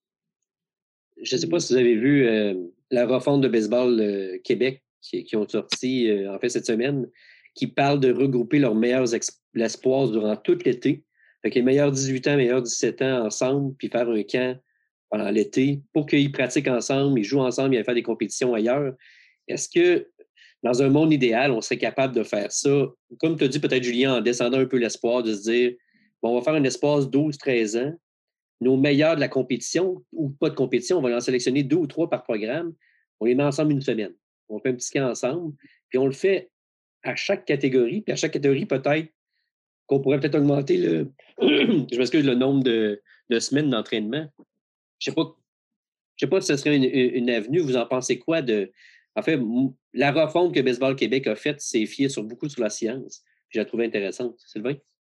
Je ne sais pas si vous avez vu euh, la refonte de baseball euh, Québec qui, qui ont sorti euh, en fait cette semaine, qui parle de regrouper leurs meilleurs espoirs durant tout l'été. Fait que les meilleurs dix-huit ans, meilleurs dix-sept ans ensemble, puis faire un camp pendant l'été pour qu'ils pratiquent ensemble, ils jouent ensemble, ils aillent faire des compétitions ailleurs. Est-ce que dans un monde idéal, on serait capable de faire ça? Comme tu as dit peut-être, Julien, en descendant un peu l'espoir, de se dire, bon, on va faire un espace douze treize ans, nos meilleurs de la compétition ou pas de compétition, on va en sélectionner deux ou trois par programme, on les met ensemble une semaine. On fait un petit camp ensemble, puis on le fait à chaque catégorie, puis à chaque catégorie, peut-être qu'on pourrait peut-être augmenter le, je m'excuse, le nombre de, de semaines d'entraînement. Je ne sais pas, je sais pas si ce serait une, une avenue. Vous en pensez quoi de. En fait, la refonte que Baseball Québec a faite, c'est fié sur beaucoup sur la science. Puis je la trouve intéressante. Sylvain?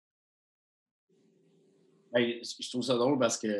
Hey, je trouve ça drôle parce que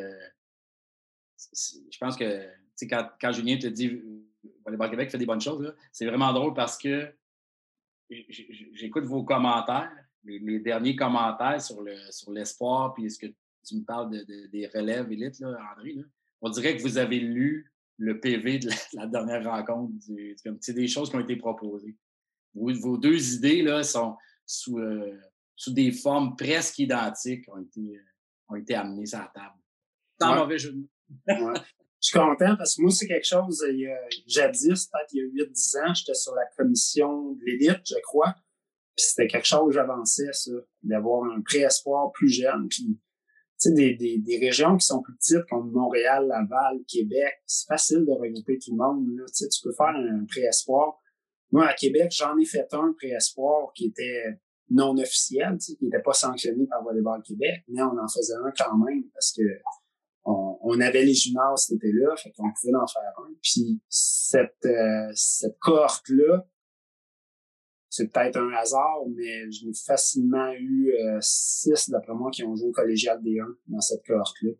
je pense que quand, quand Julien te dit Volleyball Québec fait des bonnes choses, là, c'est vraiment drôle parce que j'écoute vos commentaires, les, les derniers commentaires sur, le, sur l'espoir, puis ce que tu me parles de, de, des relèves élites, là, André. Là. On dirait que vous avez lu le P V de la, la dernière rencontre. Du, du, c'est des choses qui ont été proposées. Vos, vos deux idées là, sont sous, euh, sous des formes presque identiques, ont été, euh, ont été amenées sur la table. Sans ouais. mauvais jeu de mots. Ouais. Je suis content parce que moi, c'est quelque chose, il y a, jadis, peut-être il y a huit dix ans, j'étais sur la commission de l'élite, je crois. Puis c'était quelque chose que j'avançais, ça, d'avoir un pré-espoir plus jeune. Puis, tu sais, des, des, des régions qui sont plus petites, comme Montréal, Laval, Québec, c'est facile de regrouper tout le monde. Là. Tu sais, tu peux faire un pré-espoir. Moi, à Québec, j'en ai fait un pré-espoir qui était non officiel, tu sais, qui n'était pas sanctionné par Volleyball Québec, mais on en faisait un quand même parce que On, on avait les juniors cet été-là, fait qu'on pouvait en faire un. Puis cette, euh, cette cohorte-là, c'est peut-être un hasard, mais j'ai facilement eu euh, six, d'après moi, qui ont joué au collégial D un dans cette cohorte-là.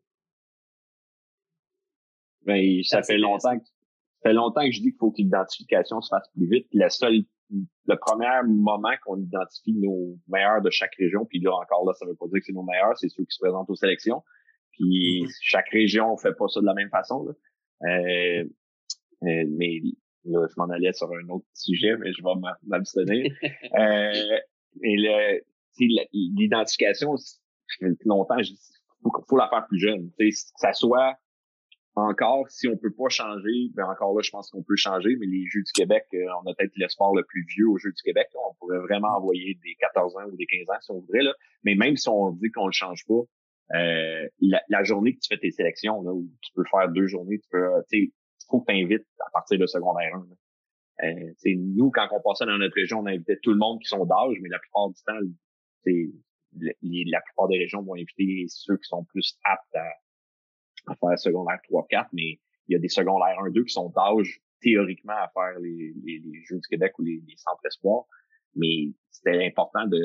Ben, ça fait longtemps que, ça fait longtemps que je dis qu'il faut que l'identification se fasse plus vite. La seule, le premier moment qu'on identifie nos meilleurs de chaque région, puis là, encore là, ça veut pas dire que c'est nos meilleurs, c'est ceux qui se présentent aux sélections. Puis chaque région fait pas ça de la même façon. Là. Euh, euh, mais là, je m'en allais sur un autre sujet, mais je vais m'abstenir. euh, et le, l'identification, ça fait longtemps, je dis, faut, faut la faire plus jeune. Tu sais, que ça soit encore, si on peut pas changer, ben encore là, je pense qu'on peut changer, mais les Jeux du Québec, euh, on a peut-être le sport le plus vieux aux Jeux du Québec. Là. On pourrait vraiment envoyer des quatorze ans ou des quinze ans si on voudrait. Là. Mais même si on dit qu'on le change pas, euh, la, la journée que tu fais tes sélections, là, où tu peux faire deux journées, tu peux, tu sais, il faut que tu invites à partir de secondaire un. Euh, nous, quand on passait dans notre région, on invitait tout le monde qui sont d'âge, mais la plupart du temps, les, la plupart des régions vont inviter ceux qui sont plus aptes à, à faire secondaire trois quatre, mais il y a des secondaires un deux qui sont d'âge théoriquement à faire les, les, les Jeux du Québec ou les, les centres espoirs. Mais c'était important de,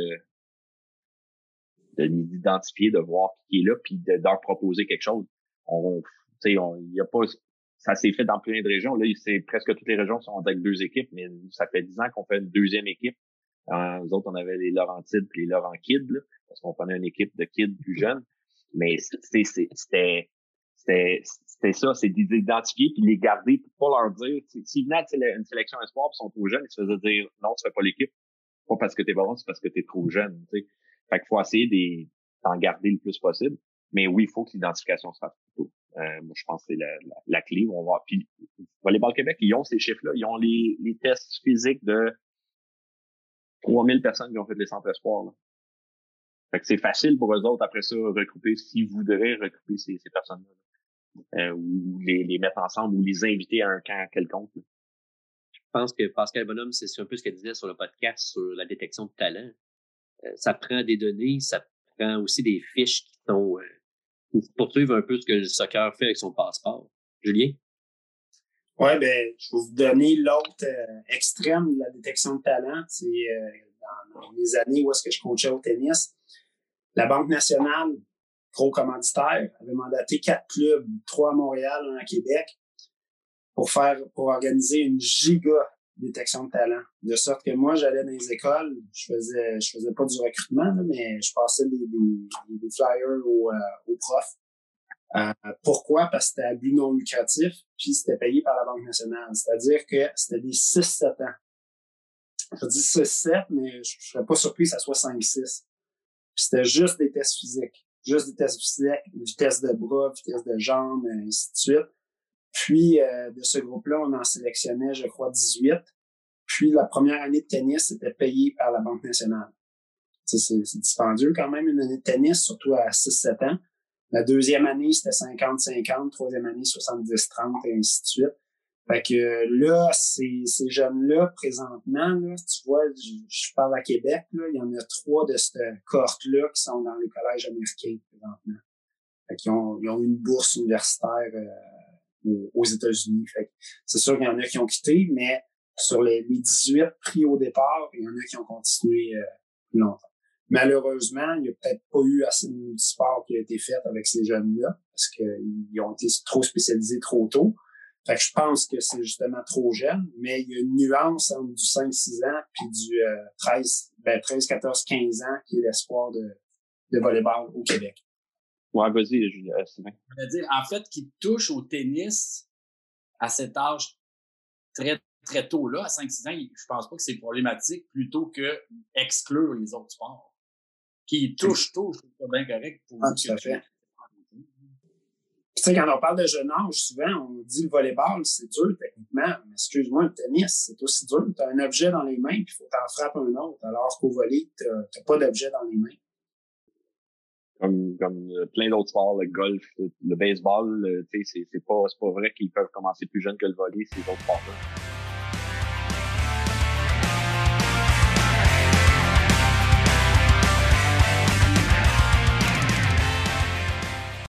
de les identifier, de voir qui est là, puis de, de leur proposer quelque chose. On, tu sais, il y a pas, ça s'est fait dans plein de régions. Là, c'est presque toutes les régions sont avec deux équipes, mais ça fait dix ans qu'on fait une deuxième équipe. Euh, nous autres, on avait les Laurentides et les Laurent-Kids, là, parce qu'on prenait une équipe de kids plus jeunes. Mais c'était, c'était, c'était, c'était ça, c'est d'identifier puis les garder, puis pas leur dire, s'ils venaient à une sélection espoir puis sont trop jeunes, ils se faisaient dire, non, tu fais pas l'équipe. Pas parce que t'es pas bon, c'est parce que t'es trop jeune, tu sais. Fait qu'il faut essayer d'en garder le plus possible. Mais oui, il faut que l'identification se fasse plus tôt. Euh, moi, je pense que c'est la, la, la clé. On va, puis, Volleyball Québec, ils ont ces chiffres-là. Ils ont les, les tests physiques de trois mille personnes qui ont fait les centres espoirs, là. Fait que c'est facile pour eux autres, après ça, recruter, s'ils voudraient recruter ces, ces personnes-là. Euh, ou les, les mettre ensemble, ou les inviter à un camp quelconque, là. Je pense que Pascal Bonhomme, c'est un peu ce qu'elle disait sur le podcast sur la détection de talent. Euh, ça prend des données, ça prend aussi des fiches qui sont euh, qui poursuivent un peu ce que le soccer fait avec son passeport. Julien? Oui, ben, je vais vous donner l'autre euh, extrême de la détection de talent. C'est euh, dans, dans les années où est-ce que je coachais au tennis. La Banque nationale, gros commanditaire, avait mandaté quatre clubs, trois à Montréal, un à Québec, pour faire, pour organiser une giga détection de talent. De sorte que moi, j'allais dans les écoles, je faisais, je faisais pas du recrutement, là, mais je passais des, des, des flyers aux, euh, aux profs. Euh, pourquoi? Parce que c'était à but non lucratif, puis c'était payé par la Banque nationale. C'est-à-dire que c'était des six sept ans. Je dis six sept, mais je serais pas surpris que ça soit cinq six. Puis c'était juste des tests physiques. Juste des tests physiques, vitesse de bras, vitesse de jambes, et ainsi de suite. Puis, euh, de ce groupe-là, on en sélectionnait, je crois, dix-huit. Puis, la première année de tennis, c'était payé par la Banque nationale. C'est, c'est dispendieux quand même, une année de tennis, surtout à six sept ans. La deuxième année, c'était cinquante cinquante. Troisième année, soixante-dix trente, et ainsi de suite. Fait que là, ces, ces jeunes-là, présentement, là, tu vois, je, je parle à Québec, là, il y en a trois de cette cohorte-là qui sont dans les collèges américains, présentement. Fait qu'ils ont, ils ont une bourse universitaire euh, aux États-Unis. Fait que c'est sûr qu'il y en a qui ont quitté, mais sur les, les dix-huit pris au départ, il y en a qui ont continué euh, plus longtemps. Malheureusement, il n'y a peut-être pas eu assez de multisport qui a été fait avec ces jeunes-là, parce qu'ils ont été trop spécialisés trop tôt. Fait que je pense que c'est justement trop jeune, mais il y a une nuance entre du cinq six ans puis du euh, treize, ben treize, quatorze, quinze ans qui est l'espoir de, de volleyball au Québec. Ouais, vas-y, Julien, Sylvain. Je veux dire, en fait, qui touche au tennis à cet âge très, très tôt, là, à cinq six ans, je pense pas que c'est problématique plutôt que exclure les autres sports. Qui touche tôt, je trouve ça bien correct pour ah, vous. Tout à fait. Tu sais, quand on parle de jeune âge, souvent, on dit le volleyball, c'est dur techniquement. Mais excuse-moi, le tennis, c'est aussi dur. Tu as un objet dans les mains, puis il faut t'en frapper un autre. Alors qu'au volley, tu n'as pas d'objet dans les mains. Comme, comme plein d'autres sports, le golf, le, le baseball, tu sais, c'est, c'est pas, c'est pas vrai qu'ils peuvent commencer plus jeunes que le volley, ces autres sports-là.